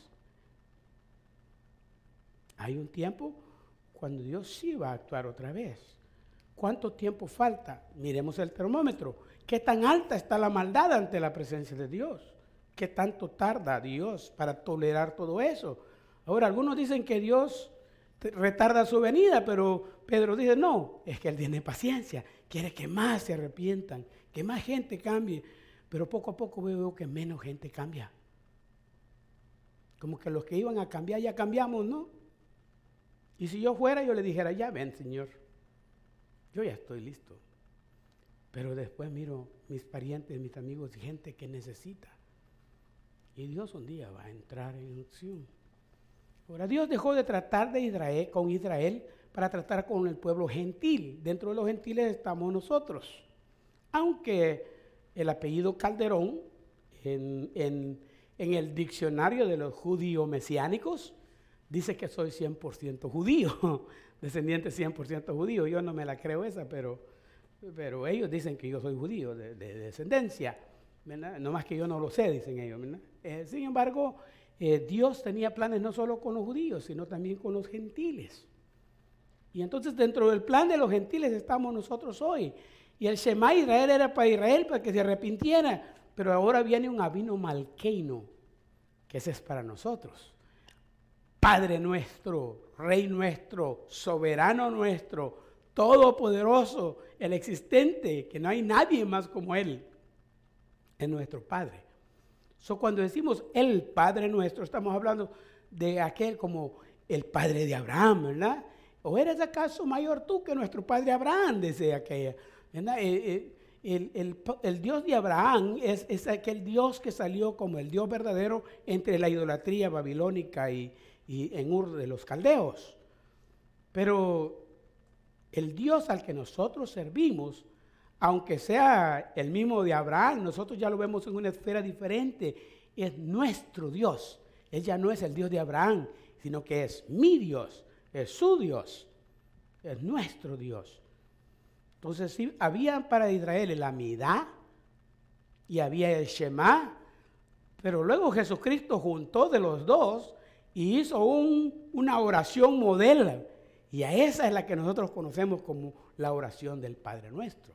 Speaker 3: Hay un tiempo cuando Dios sí va a actuar otra vez. ¿Cuánto tiempo falta? Miremos el termómetro. ¿Qué tan alta está la maldad ante la presencia de Dios? ¿Qué tanto tarda Dios para tolerar todo eso? Ahora, algunos dicen que Dios retarda su venida, pero Pedro dice, no, es que Él tiene paciencia, quiere que más se arrepientan, que más gente cambie, pero poco a poco veo que menos gente cambia. Como que los que iban a cambiar ya cambiamos, ¿no? Y si yo fuera, yo le dijera, ya ven, Señor, yo ya estoy listo. Pero después miro mis parientes, mis amigos y gente que necesita. Y Dios un día va a entrar en acción. Ahora, Dios dejó de tratar con Israel para tratar con el pueblo gentil. Dentro de los gentiles estamos nosotros. Aunque el apellido Calderón, en el diccionario de los judíos mesiánicos, dice que soy 100% judío, descendiente 100% judío. Yo no me la creo esa, pero ellos dicen que yo soy judío de descendencia, ¿verdad? No más que yo no lo sé, dicen ellos, ¿verdad? Sin embargo, Dios tenía planes no solo con los judíos, sino también con los gentiles. Y entonces dentro del plan de los gentiles estamos nosotros hoy. Y el Shema Israel era para Israel, para que se arrepintiera, pero ahora viene un Avinu Malkeinu, que ese es para nosotros. Padre nuestro, Rey nuestro, soberano nuestro, todopoderoso, el existente, que no hay nadie más como Él, es nuestro Padre. Cuando decimos el Padre nuestro, estamos hablando de aquel como el Padre de Abraham, ¿verdad? ¿O eres acaso mayor tú que nuestro Padre Abraham? Dice aquella, ¿verdad? El Dios de Abraham es aquel Dios que salió como el Dios verdadero entre la idolatría babilónica y en Ur de los caldeos. Pero el Dios al que nosotros servimos, aunque sea el mismo de Abraham, nosotros ya lo vemos en una esfera diferente. Es nuestro Dios. Él ya no es el Dios de Abraham, sino que es mi Dios, es su Dios, es nuestro Dios. Entonces sí, había para Israel el Amidá y había el Shema, pero luego Jesucristo juntó de los dos y hizo una oración modelo, y a esa es la que nosotros conocemos como la oración del Padre Nuestro.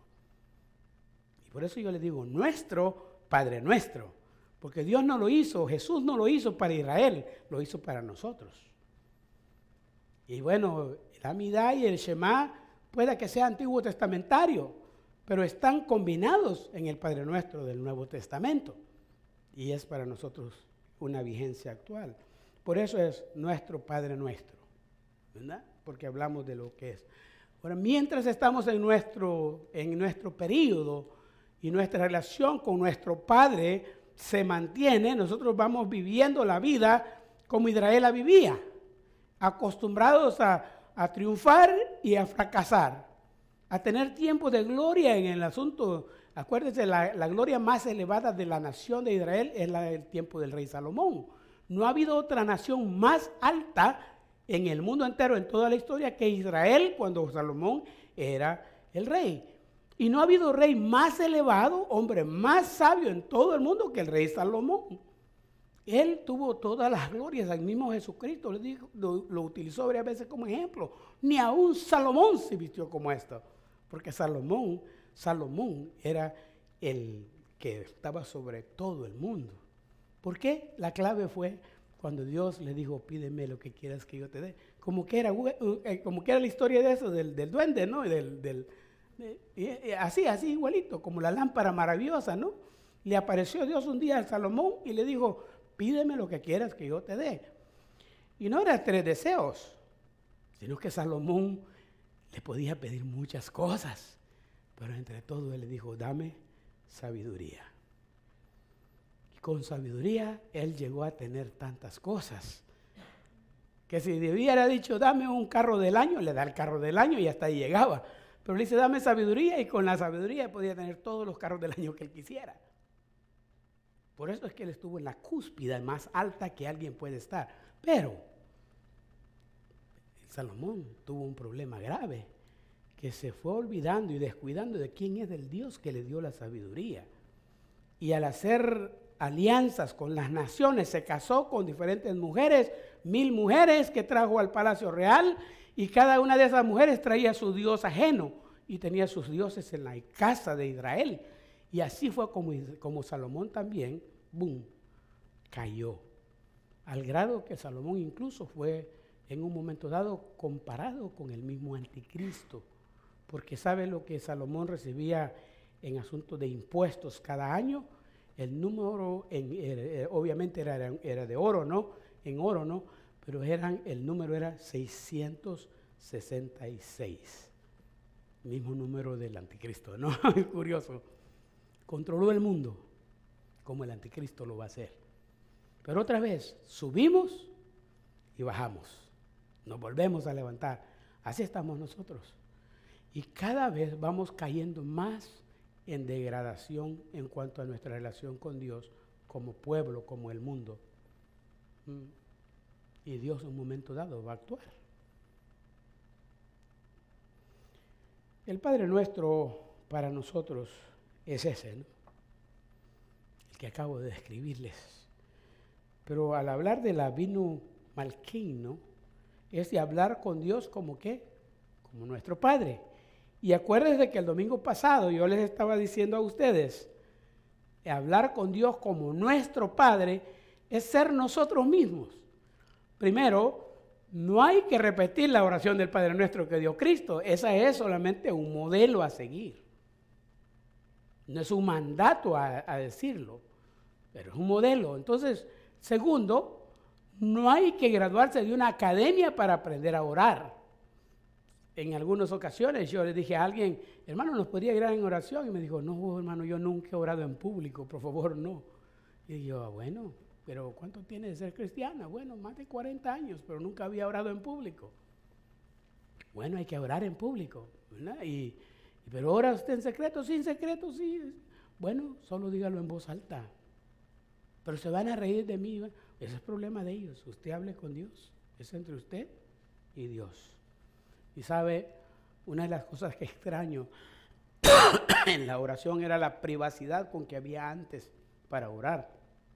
Speaker 3: Y por eso yo le digo, nuestro Padre Nuestro, porque Dios no lo hizo, Jesús no lo hizo para Israel, lo hizo para nosotros. Y bueno, el Amidá y el Shema puede que sea Antiguo Testamentario, pero están combinados en el Padre Nuestro del Nuevo Testamento. Y es para nosotros una vigencia actual. Por eso es nuestro Padre Nuestro, ¿verdad? Porque hablamos de lo que es. Ahora, mientras estamos en nuestro período y nuestra relación con nuestro Padre se mantiene, nosotros vamos viviendo la vida como Israel la vivía, acostumbrados a triunfar y a fracasar, a tener tiempo de gloria en el asunto. Acuérdense, la gloria más elevada de la nación de Israel es la del tiempo del rey Salomón. No ha habido otra nación más alta en el mundo entero, en toda la historia, que Israel cuando Salomón era el rey. Y no ha habido rey más elevado, hombre más sabio en todo el mundo que el rey Salomón. Él tuvo todas las glorias, al mismo Jesucristo lo utilizó varias veces como ejemplo. Ni aún Salomón se vistió como esto, porque Salomón era el que estaba sobre todo el mundo. ¿Por qué? La clave fue cuando Dios le dijo, pídeme lo que quieras que yo te dé. Como que era la historia de eso, del duende, ¿no? Así igualito, como la lámpara maravillosa, ¿no? Le apareció Dios un día a Salomón y le dijo, pídeme lo que quieras que yo te dé. Y no eran 3 deseos, sino que Salomón le podía pedir muchas cosas. Pero entre todo él le dijo, dame sabiduría. Y con sabiduría él llegó a tener tantas cosas, que si hubiera dicho, dame un carro del año, le da el carro del año y hasta ahí llegaba. Pero le dice, dame sabiduría, y con la sabiduría podía tener todos los carros del año que él quisiera. Por eso es que él estuvo en la cúspide más alta que alguien puede estar. Pero Salomón tuvo un problema grave, que se fue olvidando y descuidando de quién es el Dios que le dio la sabiduría. Y al hacer alianzas con las naciones, se casó con diferentes mujeres, 1000 mujeres que trajo al palacio real, y cada una de esas mujeres traía su dios ajeno y tenía sus dioses en la casa de Israel. Y así fue como Salomón también, boom, cayó. Al grado que Salomón incluso fue en un momento dado comparado con el mismo anticristo. Porque ¿sabe lo que Salomón recibía en asuntos de impuestos cada año? El número, obviamente era de oro, ¿no? En oro, ¿no? Pero el número era 666. Mismo número del anticristo, ¿no? Es curioso. Controló el mundo como el anticristo lo va a hacer. Pero otra vez, subimos y bajamos. Nos volvemos a levantar. Así estamos nosotros. Y cada vez vamos cayendo más en degradación en cuanto a nuestra relación con Dios, como pueblo, como el mundo. Y Dios en un momento dado va a actuar. El Padre Nuestro para nosotros es ese, ¿no? El que acabo de describirles. Pero al hablar de la Avinu Malkeinu, es de hablar con Dios como ¿qué? Como nuestro Padre. Y acuérdense que el domingo pasado yo les estaba diciendo a ustedes, hablar con Dios como nuestro Padre es ser nosotros mismos. Primero, no hay que repetir la oración del Padre Nuestro que dio Cristo. Esa es solamente un modelo a seguir. No es un mandato a decirlo, pero es un modelo. Entonces, segundo, no hay que graduarse de una academia para aprender a orar. En algunas ocasiones yo le dije a alguien, hermano, ¿nos podría guiar en oración? Y me dijo, no, hermano, yo nunca he orado en público, por favor, no. Y yo, bueno, pero ¿cuánto tiene de ser cristiana? Bueno, más de 40 años, pero nunca había orado en público. Bueno, hay que orar en público, ¿verdad? Pero ora usted en secreto, sin secreto, sí. Bueno, solo dígalo en voz alta. Pero se van a reír de mí. Ese es problema de ellos. Usted hable con Dios. Es entre usted y Dios. Y sabe, una de las cosas que extraño en la oración era la privacidad con que había antes para orar.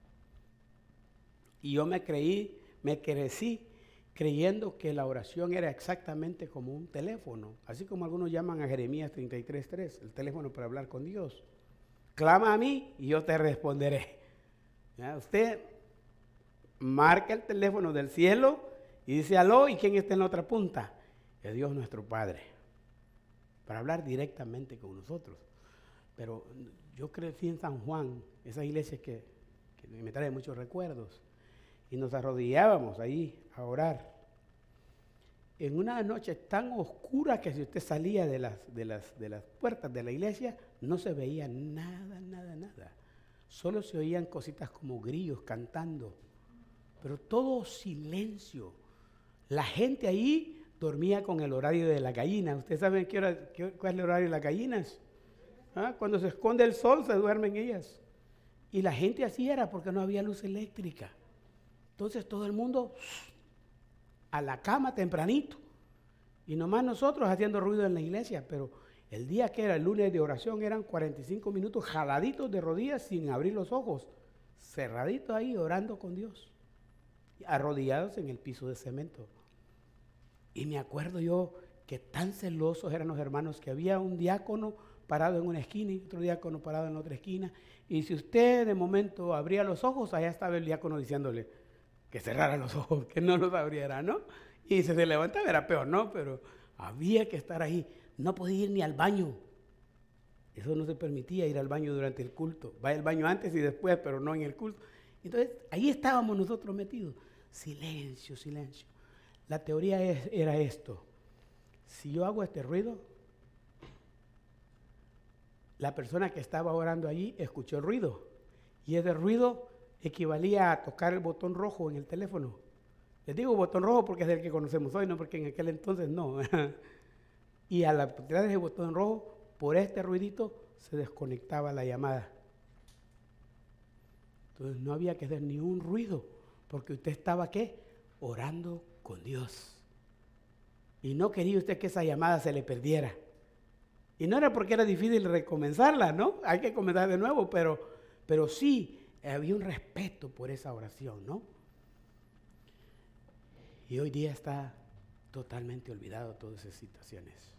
Speaker 3: Y yo me crecí creyendo que la oración era exactamente como un teléfono, así como algunos llaman a Jeremías 33:3, el teléfono para hablar con Dios. Clama a mí y yo te responderé. ¿Ya? Usted marca el teléfono del cielo y dice aló, ¿y quién está en la otra punta? Es Dios nuestro Padre. para hablar directamente con nosotros. Pero yo crecí en San Juan, esa iglesia que me trae muchos recuerdos, y nos arrodillábamos ahí a orar. En una noche tan oscura que si usted salía de las puertas de la iglesia, no se veía nada, nada, nada. Solo se oían cositas como grillos cantando, pero todo silencio. La gente ahí dormía con el horario de la gallina. ¿Ustedes saben cuál es el horario de las gallinas? ¿Ah? Cuando se esconde el sol se duermen ellas. Y la gente así era porque no había luz eléctrica. Entonces todo el mundo a la cama tempranito. Y nomás nosotros haciendo ruido en la iglesia. Pero el día que era el lunes de oración eran 45 minutos jaladitos de rodillas sin abrir los ojos. Cerraditos ahí orando con Dios. Arrodillados en el piso de cemento. Y me acuerdo yo que tan celosos eran los hermanos que había un diácono parado en una esquina y otro diácono parado en la otra esquina. Y si usted de momento abría los ojos, allá estaba el diácono diciéndole que cerrara los ojos, que no los abriera, ¿no? Y si se levantaba era peor, ¿no? Pero había que estar ahí. No podía ir ni al baño. Eso no se permitía, ir al baño durante el culto. Va al baño antes y después, pero no en el culto. Entonces, ahí estábamos nosotros metidos. Silencio, silencio. La teoría era esto. Si yo hago este ruido, la persona que estaba orando allí escuchó el ruido. Y ese ruido equivalía a tocar el botón rojo en el teléfono. Les digo botón rojo porque es el que conocemos hoy, no porque en aquel entonces no. Y al apretar ese botón rojo, por este ruidito se desconectaba la llamada. Entonces no había que hacer ni un ruido, porque usted estaba, ¿qué? Orando con Dios. Y no quería usted que esa llamada se le perdiera. Y no era porque era difícil recomenzarla, ¿no? Hay que comenzar de nuevo, pero sí había un respeto por esa oración, ¿no? Y hoy día está totalmente olvidado todas esas situaciones.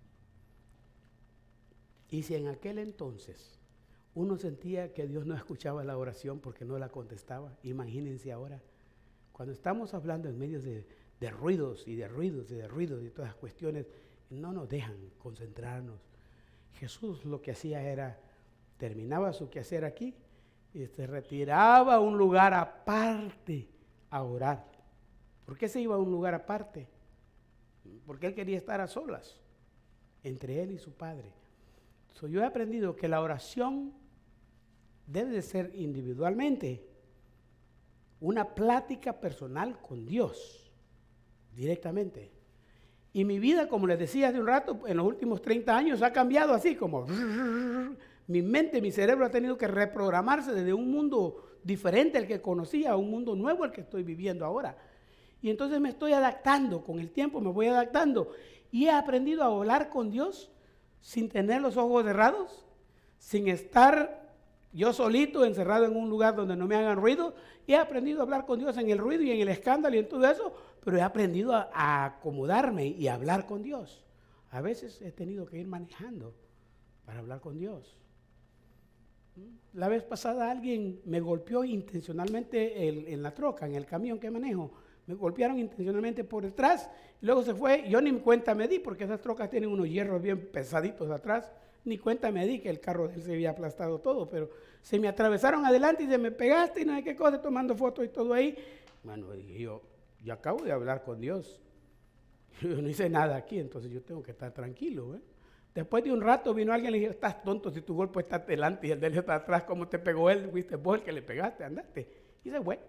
Speaker 3: Y si en aquel entonces uno sentía que Dios no escuchaba la oración porque no la contestaba, imagínense ahora, cuando estamos hablando en medio de ruidos y de ruidos y de ruidos y todas las cuestiones, no nos dejan concentrarnos. Jesús lo que hacía era, terminaba su quehacer aquí y se retiraba a un lugar aparte a orar. ¿Por qué se iba a un lugar aparte? Porque él quería estar a solas, entre él y su Padre. Yo he aprendido que la oración debe de ser individualmente una plática personal con Dios, directamente. Y mi vida, como les decía hace un rato, en los últimos 30 años ha cambiado así como mi mente, mi cerebro ha tenido que reprogramarse desde un mundo diferente al que conocía a un mundo nuevo al que estoy viviendo ahora. Y entonces me estoy adaptando, con el tiempo me voy adaptando. Y he aprendido a hablar con Dios sin tener los ojos cerrados, sin estar yo solito encerrado en un lugar donde no me hagan ruido. He aprendido a hablar con Dios en el ruido y en el escándalo y en todo eso, pero he aprendido a acomodarme y a hablar con Dios. A veces he tenido que ir manejando para hablar con Dios. La vez pasada alguien me golpeó intencionalmente en la troca, en el camión que manejo. Me golpearon intencionalmente por detrás, y luego se fue. Yo ni cuenta me di, porque esas trocas tienen unos hierros bien pesaditos atrás. Ni cuenta me di que el carro de él se había aplastado todo, pero se me atravesaron adelante y se me pegaste y no sé qué cosa, tomando fotos y todo ahí. Bueno, dije yo acabo de hablar con Dios. Yo no hice nada aquí, entonces yo tengo que estar tranquilo, ¿eh? Después de un rato vino alguien y le dijo, estás tonto, si tu golpe está delante y el de él está atrás, ¿cómo te pegó él? Fuiste vos el que le pegaste, andate. Y se fue.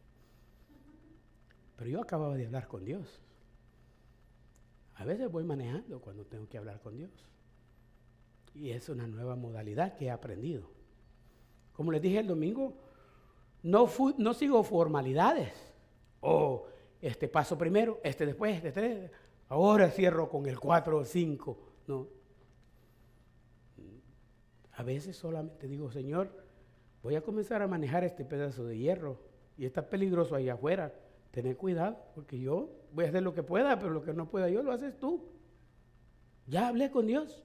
Speaker 3: Pero yo acababa de hablar con Dios. A veces voy manejando cuando tengo que hablar con Dios. Y es una nueva modalidad que he aprendido. Como les dije el domingo, no sigo formalidades. Este paso primero, este después, este tres. Ahora cierro con el 4 o 5. No. A veces solamente digo, Señor, voy a comenzar a manejar este pedazo de hierro. Y está peligroso allá afuera. Tener cuidado, porque yo voy a hacer lo que pueda, pero lo que no pueda yo lo haces tú. Ya hablé con Dios.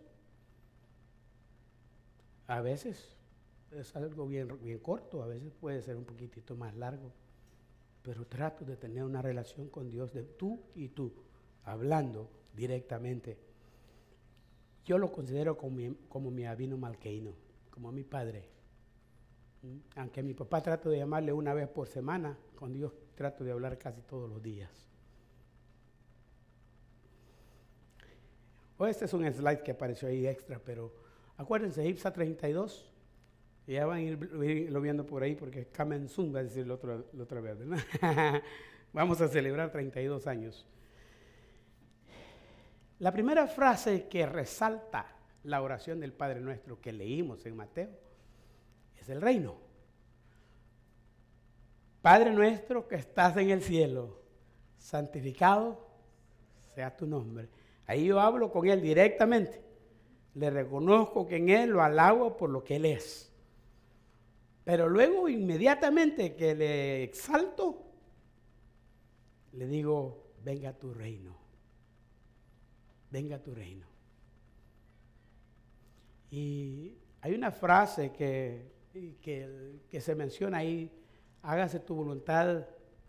Speaker 3: A veces es algo bien corto, a veces puede ser un poquitito más largo, pero trato de tener una relación con Dios de tú y tú, hablando directamente. yo lo considero como mi Abino Malkeino, como mi padre. Aunque mi papá trato de llamarle una vez por semana, con Dios trato de hablar casi todos los días. Este es un slide que apareció ahí extra, pero acuérdense, IPSA 32, y ya van a irlo viendo por ahí porque Kamen Sun va a decir la otra vez, ¿verdad? Vamos a celebrar 32 años. La primera frase que resalta la oración del Padre Nuestro que leímos en Mateo es el reino. Padre nuestro que estás en el cielo, santificado sea tu nombre. Ahí yo hablo con Él directamente. Le reconozco que en Él lo alabo por lo que Él es. Pero luego inmediatamente que le exalto, le digo, venga tu reino. Venga tu reino. Y hay una frase que se menciona ahí, hágase tu voluntad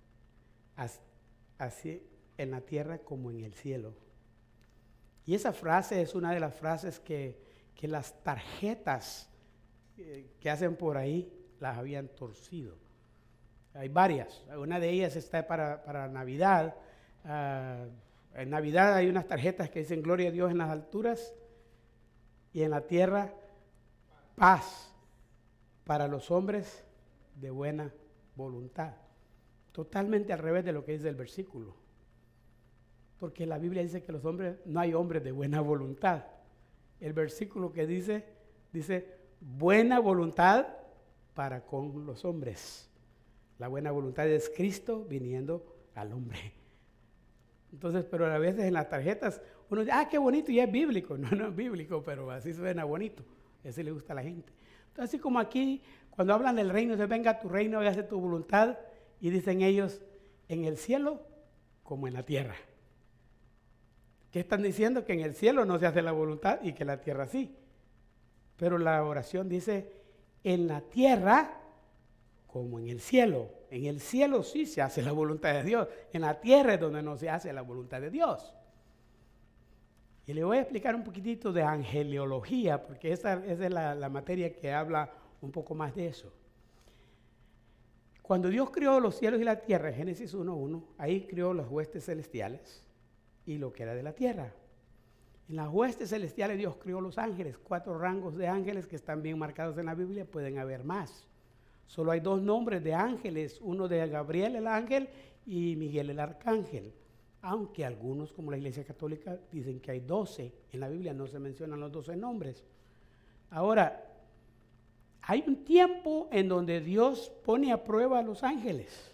Speaker 3: así en la tierra como en el cielo. Y esa frase es una de las frases que las tarjetas que hacen por ahí las habían torcido. Hay varias. Una de ellas está para Navidad. En Navidad hay unas tarjetas que dicen gloria a Dios en las alturas y en la tierra paz para los hombres de buena voluntad. Totalmente al revés de lo que dice el versículo. Porque la Biblia dice que los hombres, no hay hombres de buena voluntad. El versículo que dice buena voluntad para con los hombres. La buena voluntad es Cristo viniendo al hombre. Entonces, pero a veces en las tarjetas uno dice, qué bonito, y es bíblico. No es bíblico, pero así suena bonito. Eso le gusta a la gente. Entonces, así como aquí, cuando hablan del reino, dice, venga a tu reino, hágase tu voluntad, y dicen ellos, en el cielo como en la tierra. ¿Qué están diciendo? Que en el cielo no se hace la voluntad y que en la tierra sí. Pero la oración dice, en la tierra como en el cielo. En el cielo sí se hace la voluntad de Dios. En la tierra es donde no se hace la voluntad de Dios. Y le voy a explicar un poquitito de angeliología, porque esa es la materia que habla un poco más de eso. Cuando Dios creó los cielos y la tierra, en Génesis 1:1, ahí creó las huestes celestiales y lo que era de la tierra. En las huestes celestiales Dios creó los ángeles, 4 rangos de ángeles que están bien marcados en la Biblia, pueden haber más. Solo hay 2 nombres de ángeles, uno de Gabriel el ángel y Miguel el arcángel. Aunque algunos, como la Iglesia Católica, dicen que hay 12. En la Biblia no se mencionan los 12 nombres. Ahora, hay un tiempo en donde Dios pone a prueba a los ángeles.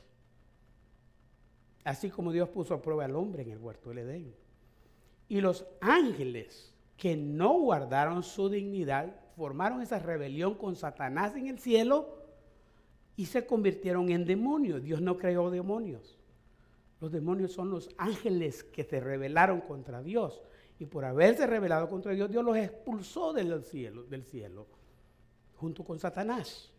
Speaker 3: Así como Dios puso a prueba al hombre en el huerto del Edén. Y los ángeles que no guardaron su dignidad, formaron esa rebelión con Satanás en el cielo y se convirtieron en demonios. Dios no creó demonios. Los demonios son los ángeles que se rebelaron contra Dios. Y por haberse rebelado contra Dios, Dios los expulsó del cielo, junto con Satanás.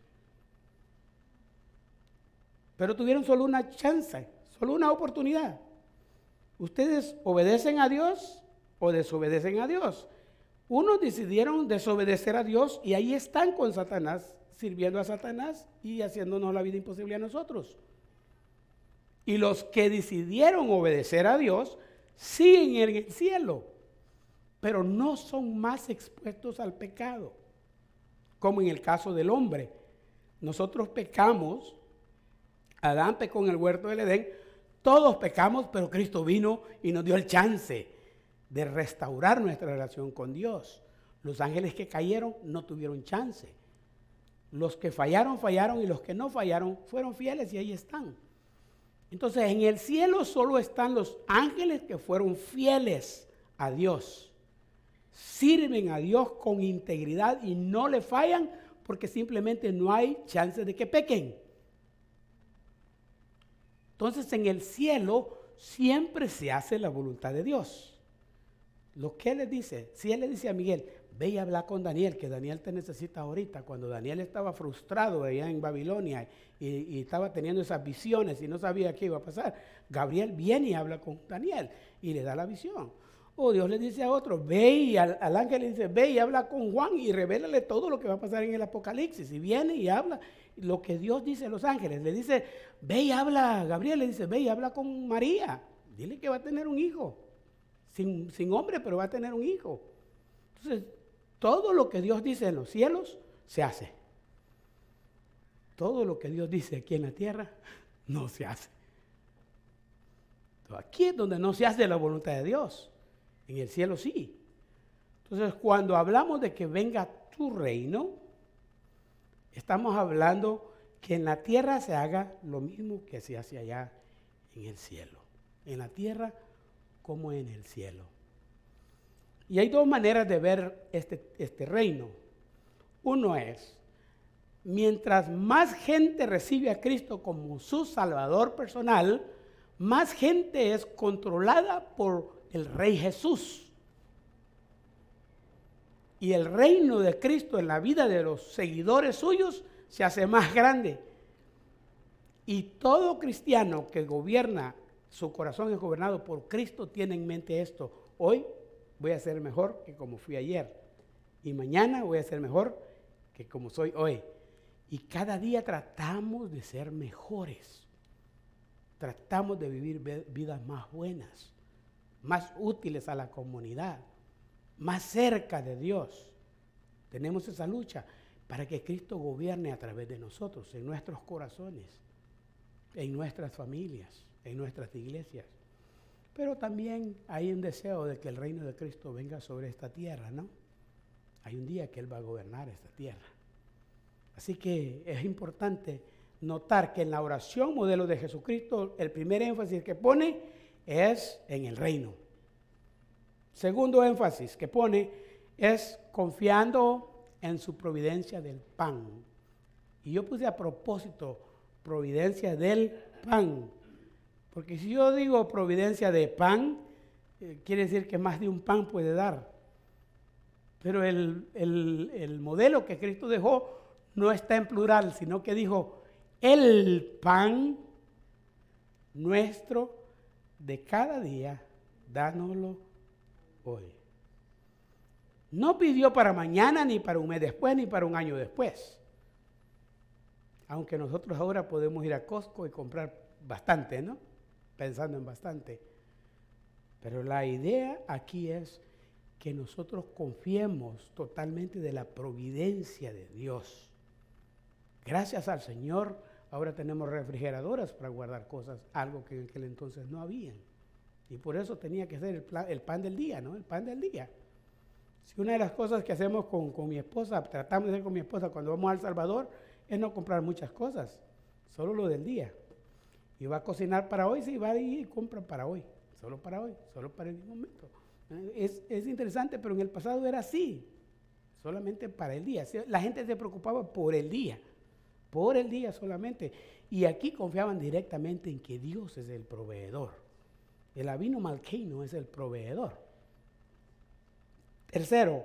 Speaker 3: Pero tuvieron solo una chance, solo una oportunidad. Ustedes obedecen a Dios o desobedecen a Dios. Unos decidieron desobedecer a Dios y ahí están con Satanás, sirviendo a Satanás y haciéndonos la vida imposible a nosotros. Y los que decidieron obedecer a Dios siguen en el cielo, pero no son más expuestos al pecado, como en el caso del hombre. Nosotros pecamos, Adán pecó en el huerto del Edén, todos pecamos, pero Cristo vino y nos dio el chance de restaurar nuestra relación con Dios. Los ángeles que cayeron no tuvieron chance. Los que fallaron, fallaron, y los que no fallaron fueron fieles y ahí están. Entonces, en el cielo solo están los ángeles que fueron fieles a Dios. Sirven a Dios con integridad y no le fallan porque simplemente no hay chance de que pequen. Entonces, en el cielo siempre se hace la voluntad de Dios. Lo que Él le dice, si Él le dice a Miguel, ve y habla con Daniel, que Daniel te necesita ahorita. Cuando Daniel estaba frustrado allá en Babilonia y estaba teniendo esas visiones y no sabía qué iba a pasar, Gabriel viene y habla con Daniel y le da la visión. O Dios le dice a otro, ve y al ángel le dice, ve y habla con Juan y revélale todo lo que va a pasar en el Apocalipsis. Y viene y habla lo que Dios dice a los ángeles. Le dice, ve y habla, Gabriel le dice, ve y habla con María. Dile que va a tener un hijo. Sin hombre, pero va a tener un hijo. Entonces, todo lo que Dios dice en los cielos, se hace. Todo lo que Dios dice aquí en la tierra, no se hace. Entonces, aquí es donde no se hace la voluntad de Dios. En el cielo sí. Entonces, cuando hablamos de que venga tu reino, estamos hablando que en la tierra se haga lo mismo que se hace allá en el cielo. En la tierra como en el cielo. Y hay dos maneras de ver este reino. Uno es, mientras más gente recibe a Cristo como su Salvador personal, más gente es controlada por el Rey Jesús. Y el reino de Cristo en la vida de los seguidores suyos se hace más grande. Y todo cristiano que gobierna, su corazón es gobernado por Cristo, tiene en mente esto. Hoy voy a ser mejor que como fui ayer. Y mañana voy a ser mejor que como soy hoy. Y cada día tratamos de ser mejores. Tratamos de vivir vidas más buenas, más útiles a la comunidad, más cerca de Dios. Tenemos esa lucha para que Cristo gobierne a través de nosotros, en nuestros corazones, en nuestras familias, en nuestras iglesias. Pero también hay un deseo de que el reino de Cristo venga sobre esta tierra, ¿no? Hay un día que Él va a gobernar esta tierra. Así que es importante notar que en la oración modelo de Jesucristo, el primer énfasis que pone es en el reino. Segundo énfasis que pone es confiando en su providencia del pan. Y yo puse a propósito providencia del pan. Porque si yo digo providencia de pan, quiere decir que más de un pan puede dar. Pero el modelo que Cristo dejó no está en plural, sino que dijo, el pan nuestro de cada día, dánoslo hoy. No pidió para mañana, ni para un mes después, ni para un año después. Aunque nosotros ahora podemos ir a Costco y comprar bastante, ¿no? Pensando en bastante. Pero la idea aquí es que nosotros confiemos totalmente de la providencia de Dios. Gracias al Señor, ahora tenemos refrigeradoras para guardar cosas, algo que en aquel entonces no había. Y por eso tenía que ser el pan del día, ¿no? El pan del día. Si una de las cosas que hacemos con mi esposa, tratamos de hacer con mi esposa cuando vamos a El Salvador, es no comprar muchas cosas, solo lo del día. Y va a cocinar para hoy, sí, va y compra para hoy, solo para hoy, solo para el momento. Es interesante, pero en el pasado era así, solamente para el día. La gente se preocupaba por el día solamente. Y aquí confiaban directamente en que Dios es el proveedor. El Avino Malkeinu es el proveedor. Tercero,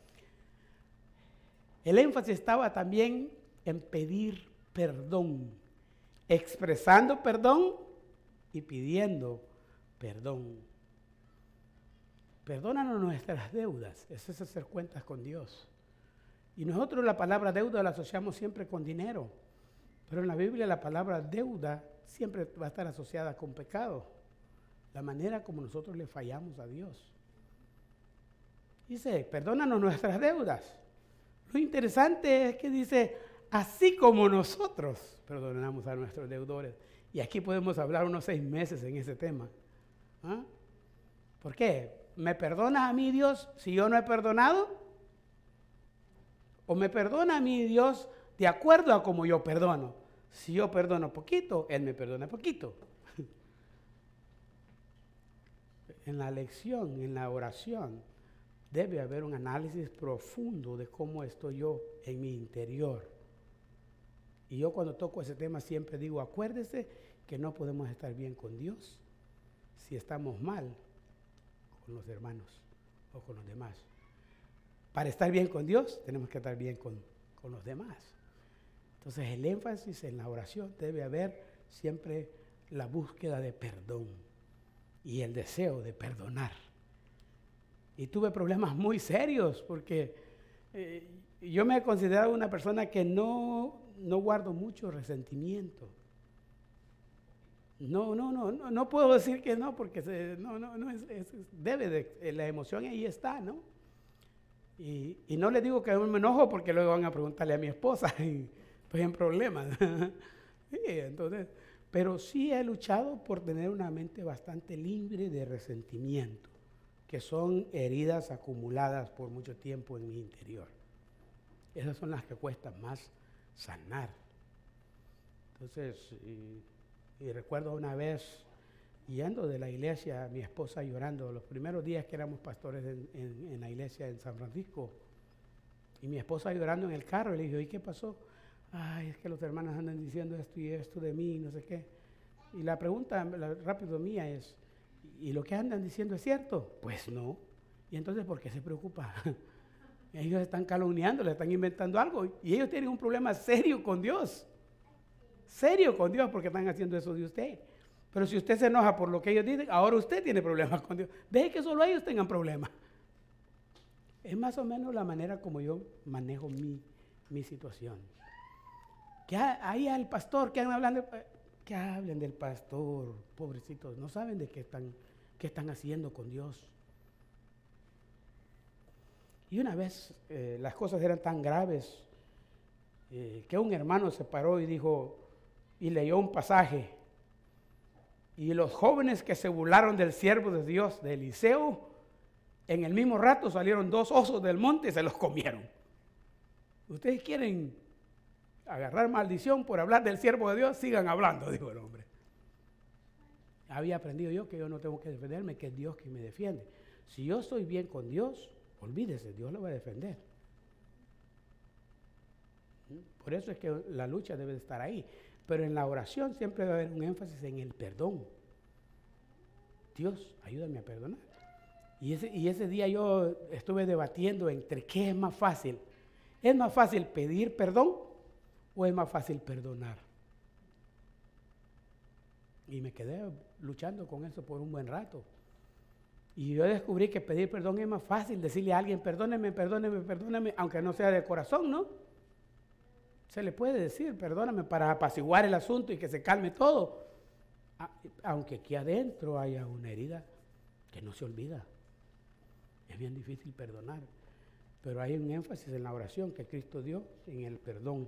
Speaker 3: el énfasis estaba también en pedir perdón, expresando perdón y pidiendo perdón. Perdónanos nuestras deudas, eso es hacer cuentas con Dios. Y nosotros la palabra deuda la asociamos siempre con dinero, pero en la Biblia la palabra deuda siempre va a estar asociada con pecado, la manera como nosotros le fallamos a Dios. Dice, perdónanos nuestras deudas. Lo interesante es que dice, así como nosotros perdonamos a nuestros deudores. Y aquí podemos hablar unos 6 meses en ese tema. ¿Ah? ¿Por qué? ¿Me perdona a mí Dios si yo no he perdonado? ¿O me perdona a mí Dios de acuerdo a como yo perdono? Si yo perdono poquito, Él me perdona poquito. En la lección, en la oración, debe haber un análisis profundo de cómo estoy yo en mi interior. Y yo cuando toco ese tema siempre digo, acuérdese que no podemos estar bien con Dios si estamos mal con los hermanos o con los demás. Para estar bien con Dios tenemos que estar bien con los demás. Entonces el énfasis en la oración debe haber siempre la búsqueda de perdón y el deseo de perdonar. Y tuve problemas muy serios porque yo me he considerado una persona que no guardo mucho resentimiento. No puedo decir que no, porque la emoción ahí está, ¿no? Y no le digo que me enojo porque luego van a preguntarle a mi esposa y pues en problemas. Sí, entonces, pero sí he luchado por tener una mente bastante libre de resentimiento, que son heridas acumuladas por mucho tiempo en mi interior. Esas son las que cuestan más sanar. Entonces, y recuerdo una vez yendo de la iglesia, mi esposa llorando, los primeros días que éramos pastores en la iglesia en San Francisco, y mi esposa llorando en el carro, y le dijo, ¿y qué pasó? Ay, es que los hermanos andan diciendo esto y esto de mí, no sé qué. Y la pregunta rápido mía es, ¿y lo que andan diciendo es cierto? Pues no. ¿Y entonces por qué se preocupa? Ellos están calumniando, le están inventando algo, y ellos tienen un problema serio con Dios. Serio con Dios porque están haciendo eso de usted. Pero si usted se enoja por lo que ellos dicen, ahora usted tiene problemas con Dios. Deje que solo ellos tengan problemas. Es más o menos la manera como yo manejo mi situación. Que ahí al pastor que andan hablando, que hablen del pastor, pobrecitos, no saben de qué están haciendo con Dios. Y una vez las cosas eran tan graves que un hermano se paró y dijo, y leyó un pasaje, y los jóvenes que se burlaron del siervo de Dios, de Eliseo, en el mismo rato salieron 2 osos del monte y se los comieron. ¿Ustedes quieren agarrar maldición por hablar del siervo de Dios? Sigan hablando, dijo el hombre. Había aprendido yo que yo no tengo que defenderme, que es Dios quien me defiende. Si yo estoy bien con Dios, olvídese, Dios lo va a defender. Por eso es que la lucha debe de estar ahí. Pero en la oración siempre debe haber un énfasis en el perdón. Dios, ayúdame a perdonar. Y ese día yo estuve debatiendo entre qué es más fácil. ¿Es más fácil pedir perdón o es más fácil perdonar? Y me quedé luchando con eso por un buen rato. Y yo descubrí que pedir perdón es más fácil, decirle a alguien, perdóneme, perdóneme, perdóneme, aunque no sea de corazón, ¿no? Se le puede decir, perdóname, para apaciguar el asunto y que se calme todo. Aunque aquí adentro haya una herida que no se olvida. Es bien difícil perdonar, pero hay un énfasis en la oración que Cristo dio en el perdón.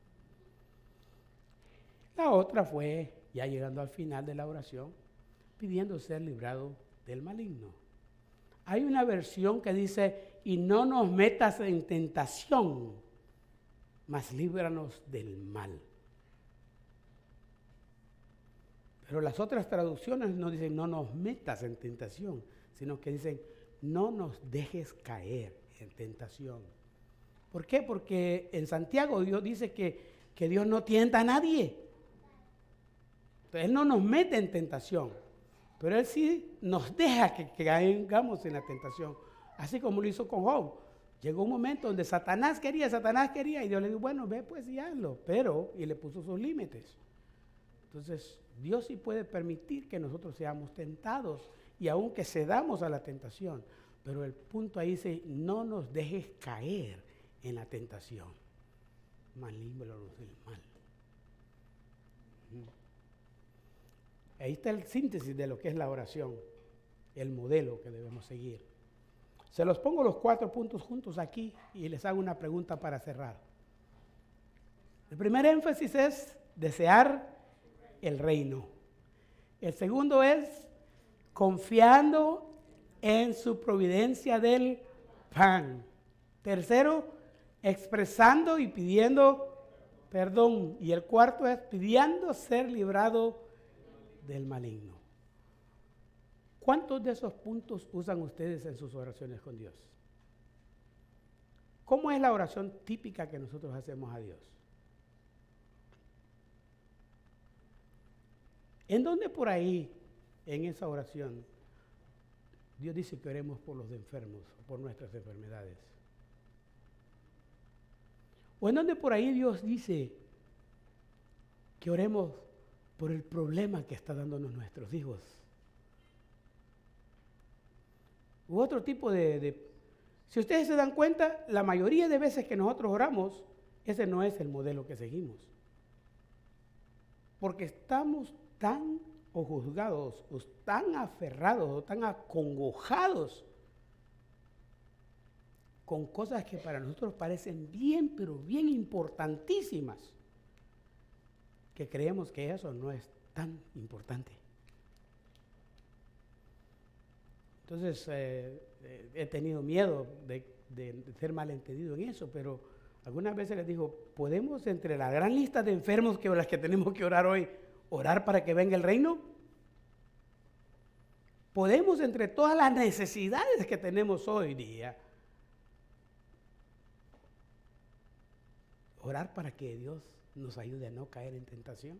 Speaker 3: La otra fue, ya llegando al final de la oración, pidiendo ser librado del maligno. Hay una versión que dice, y no nos metas en tentación, mas líbranos del mal. Pero las otras traducciones no dicen, no nos metas en tentación, sino que dicen, no nos dejes caer en tentación. ¿Por qué? Porque en Santiago Dios dice que Dios no tienta a nadie. Entonces, Él no nos mete en tentación, pero Él sí nos deja que caigamos en la tentación, así como lo hizo con Job. Llegó un momento donde Satanás quería, y Dios le dijo, bueno, ve pues y hazlo, y le puso sus límites. Entonces, Dios sí puede permitir que nosotros seamos tentados, y aunque cedamos a la tentación, pero el punto ahí dice, no nos dejes caer en la tentación, mas líbranos del mal. Ahí está el síntesis de lo que es la oración, el modelo que debemos seguir. Se los pongo los 4 puntos juntos aquí y les hago una pregunta para cerrar. El primer énfasis es desear el reino. El segundo es confiando en su providencia del pan. Tercero, expresando y pidiendo perdón. Y el cuarto es pidiendo ser librado del maligno. ¿Cuántos de esos puntos usan ustedes en sus oraciones con Dios? ¿Cómo es la oración típica que nosotros hacemos a Dios? ¿En dónde por ahí, en esa oración, Dios dice que oremos por los enfermos, por nuestras enfermedades? ¿O en dónde por ahí Dios dice que oremos por el problema que está dándonos nuestros hijos? u otro tipo Si ustedes se dan cuenta, la mayoría de veces que nosotros oramos, ese no es el modelo que seguimos. Porque estamos tan o juzgados, o tan aferrados, o tan acongojados con cosas que para nosotros parecen bien, pero bien importantísimas, que creemos que eso no es tan importante. Entonces, he tenido miedo de ser malentendido en eso, pero algunas veces les digo, ¿podemos entre la gran lista de enfermos que las que tenemos que orar hoy, orar para que venga el reino? ¿Podemos entre todas las necesidades que tenemos hoy día, orar para que Dios nos ayude a no caer en tentación?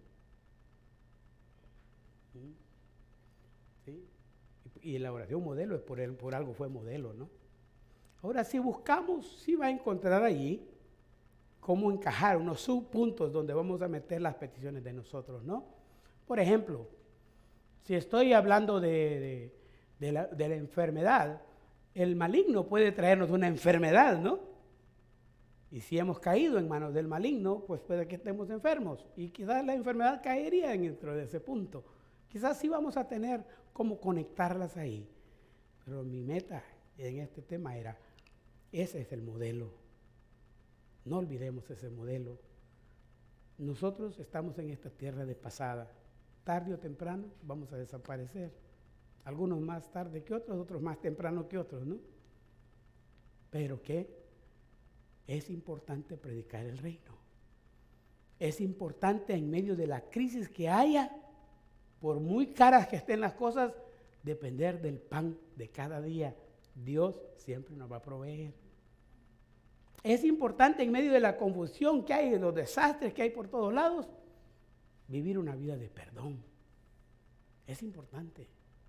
Speaker 3: ¿Sí? Y la oración modelo es por algo fue modelo, ¿no? Ahora, si buscamos, sí va a encontrar allí cómo encajar unos subpuntos donde vamos a meter las peticiones de nosotros, ¿no? Por ejemplo, si estoy hablando de la enfermedad, el maligno puede traernos una enfermedad, ¿no? Y si hemos caído en manos del maligno, pues puede que estemos enfermos. Y quizás la enfermedad caería dentro de ese punto. Quizás sí vamos a tener cómo conectarlas ahí. Pero mi meta en este tema era, ese es el modelo. No olvidemos ese modelo. Nosotros estamos en esta tierra de pasada. Tarde o temprano vamos a desaparecer. Algunos más tarde que otros, otros más temprano que otros, ¿no? Pero ¿qué? Es importante predicar el reino. Es importante en medio de la crisis que haya, por muy caras que estén las cosas, depender del pan de cada día. Dios siempre nos va a proveer. Es importante en medio de la confusión que hay, de los desastres que hay por todos lados, vivir una vida de perdón. Es importante.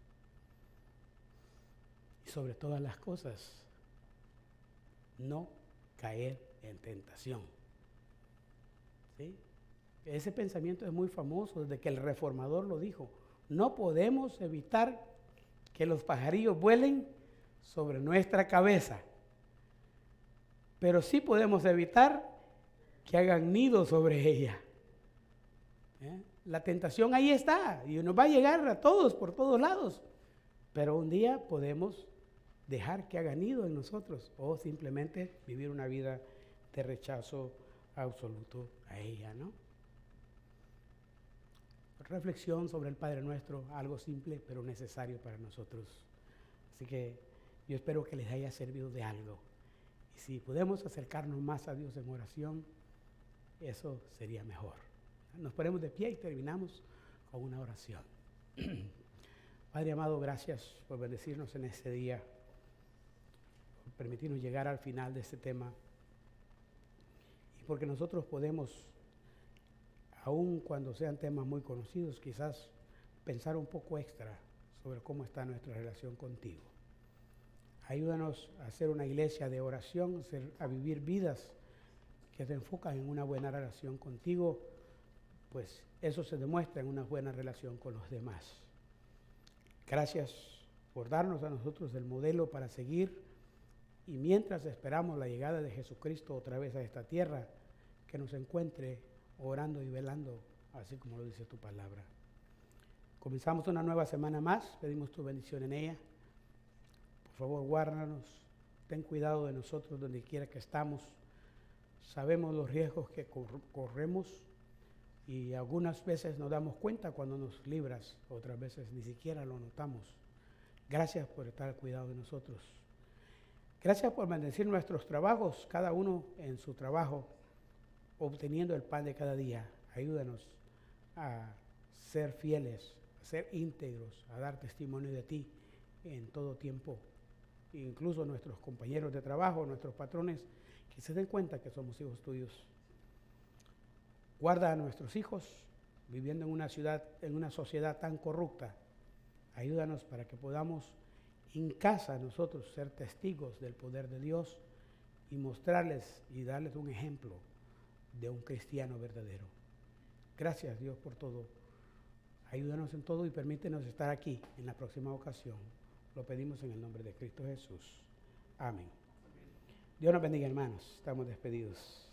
Speaker 3: Y sobre todas las cosas, no caer en tentación. ¿Sí? Ese pensamiento es muy famoso desde que el reformador lo dijo. No podemos evitar que los pajarillos vuelen sobre nuestra cabeza, pero sí podemos evitar que hagan nido sobre ella. La tentación ahí está y nos va a llegar a todos por todos lados, pero un día podemos dejar que haga nido en nosotros o simplemente vivir una vida de rechazo absoluto a ella, ¿no? Reflexión sobre el Padre Nuestro, algo simple pero necesario para nosotros. Así que yo espero que les haya servido de algo. Y si podemos acercarnos más a Dios en oración, eso sería mejor. Nos ponemos de pie y terminamos con una oración. Padre amado, gracias por bendecirnos en este día, por permitirnos llegar al final de este tema y porque nosotros podemos, aun cuando sean temas muy conocidos, quizás pensar un poco extra sobre cómo está nuestra relación contigo. Ayúdanos a hacer una iglesia de oración, a vivir vidas que se enfocan en una buena relación contigo, pues eso se demuestra en una buena relación con los demás. Gracias por darnos a nosotros el modelo para seguir y mientras esperamos la llegada de Jesucristo otra vez a esta tierra, que nos encuentre orando y velando, así como lo dice tu palabra. Comenzamos una nueva semana más, pedimos tu bendición en ella. Por favor, guárdanos, ten cuidado de nosotros donde quiera que estamos. Sabemos los riesgos que corremos y algunas veces nos damos cuenta cuando nos libras, otras veces ni siquiera lo notamos. Gracias por estar al cuidado de nosotros. Gracias por bendecir nuestros trabajos, cada uno en su trabajo, obteniendo el pan de cada día. Ayúdanos a ser fieles, a ser íntegros, a dar testimonio de ti en todo tiempo. Incluso nuestros compañeros de trabajo, nuestros patrones, que se den cuenta que somos hijos tuyos. Guarda a nuestros hijos viviendo en una ciudad, en una sociedad tan corrupta. Ayúdanos para que podamos en casa nosotros ser testigos del poder de Dios y mostrarles y darles un ejemplo de un cristiano verdadero. Gracias, Dios, por todo. Ayúdanos en todo y permítenos estar aquí en la próxima ocasión. Lo pedimos en el nombre de Cristo Jesús. Amén. Dios nos bendiga, hermanos. Estamos despedidos.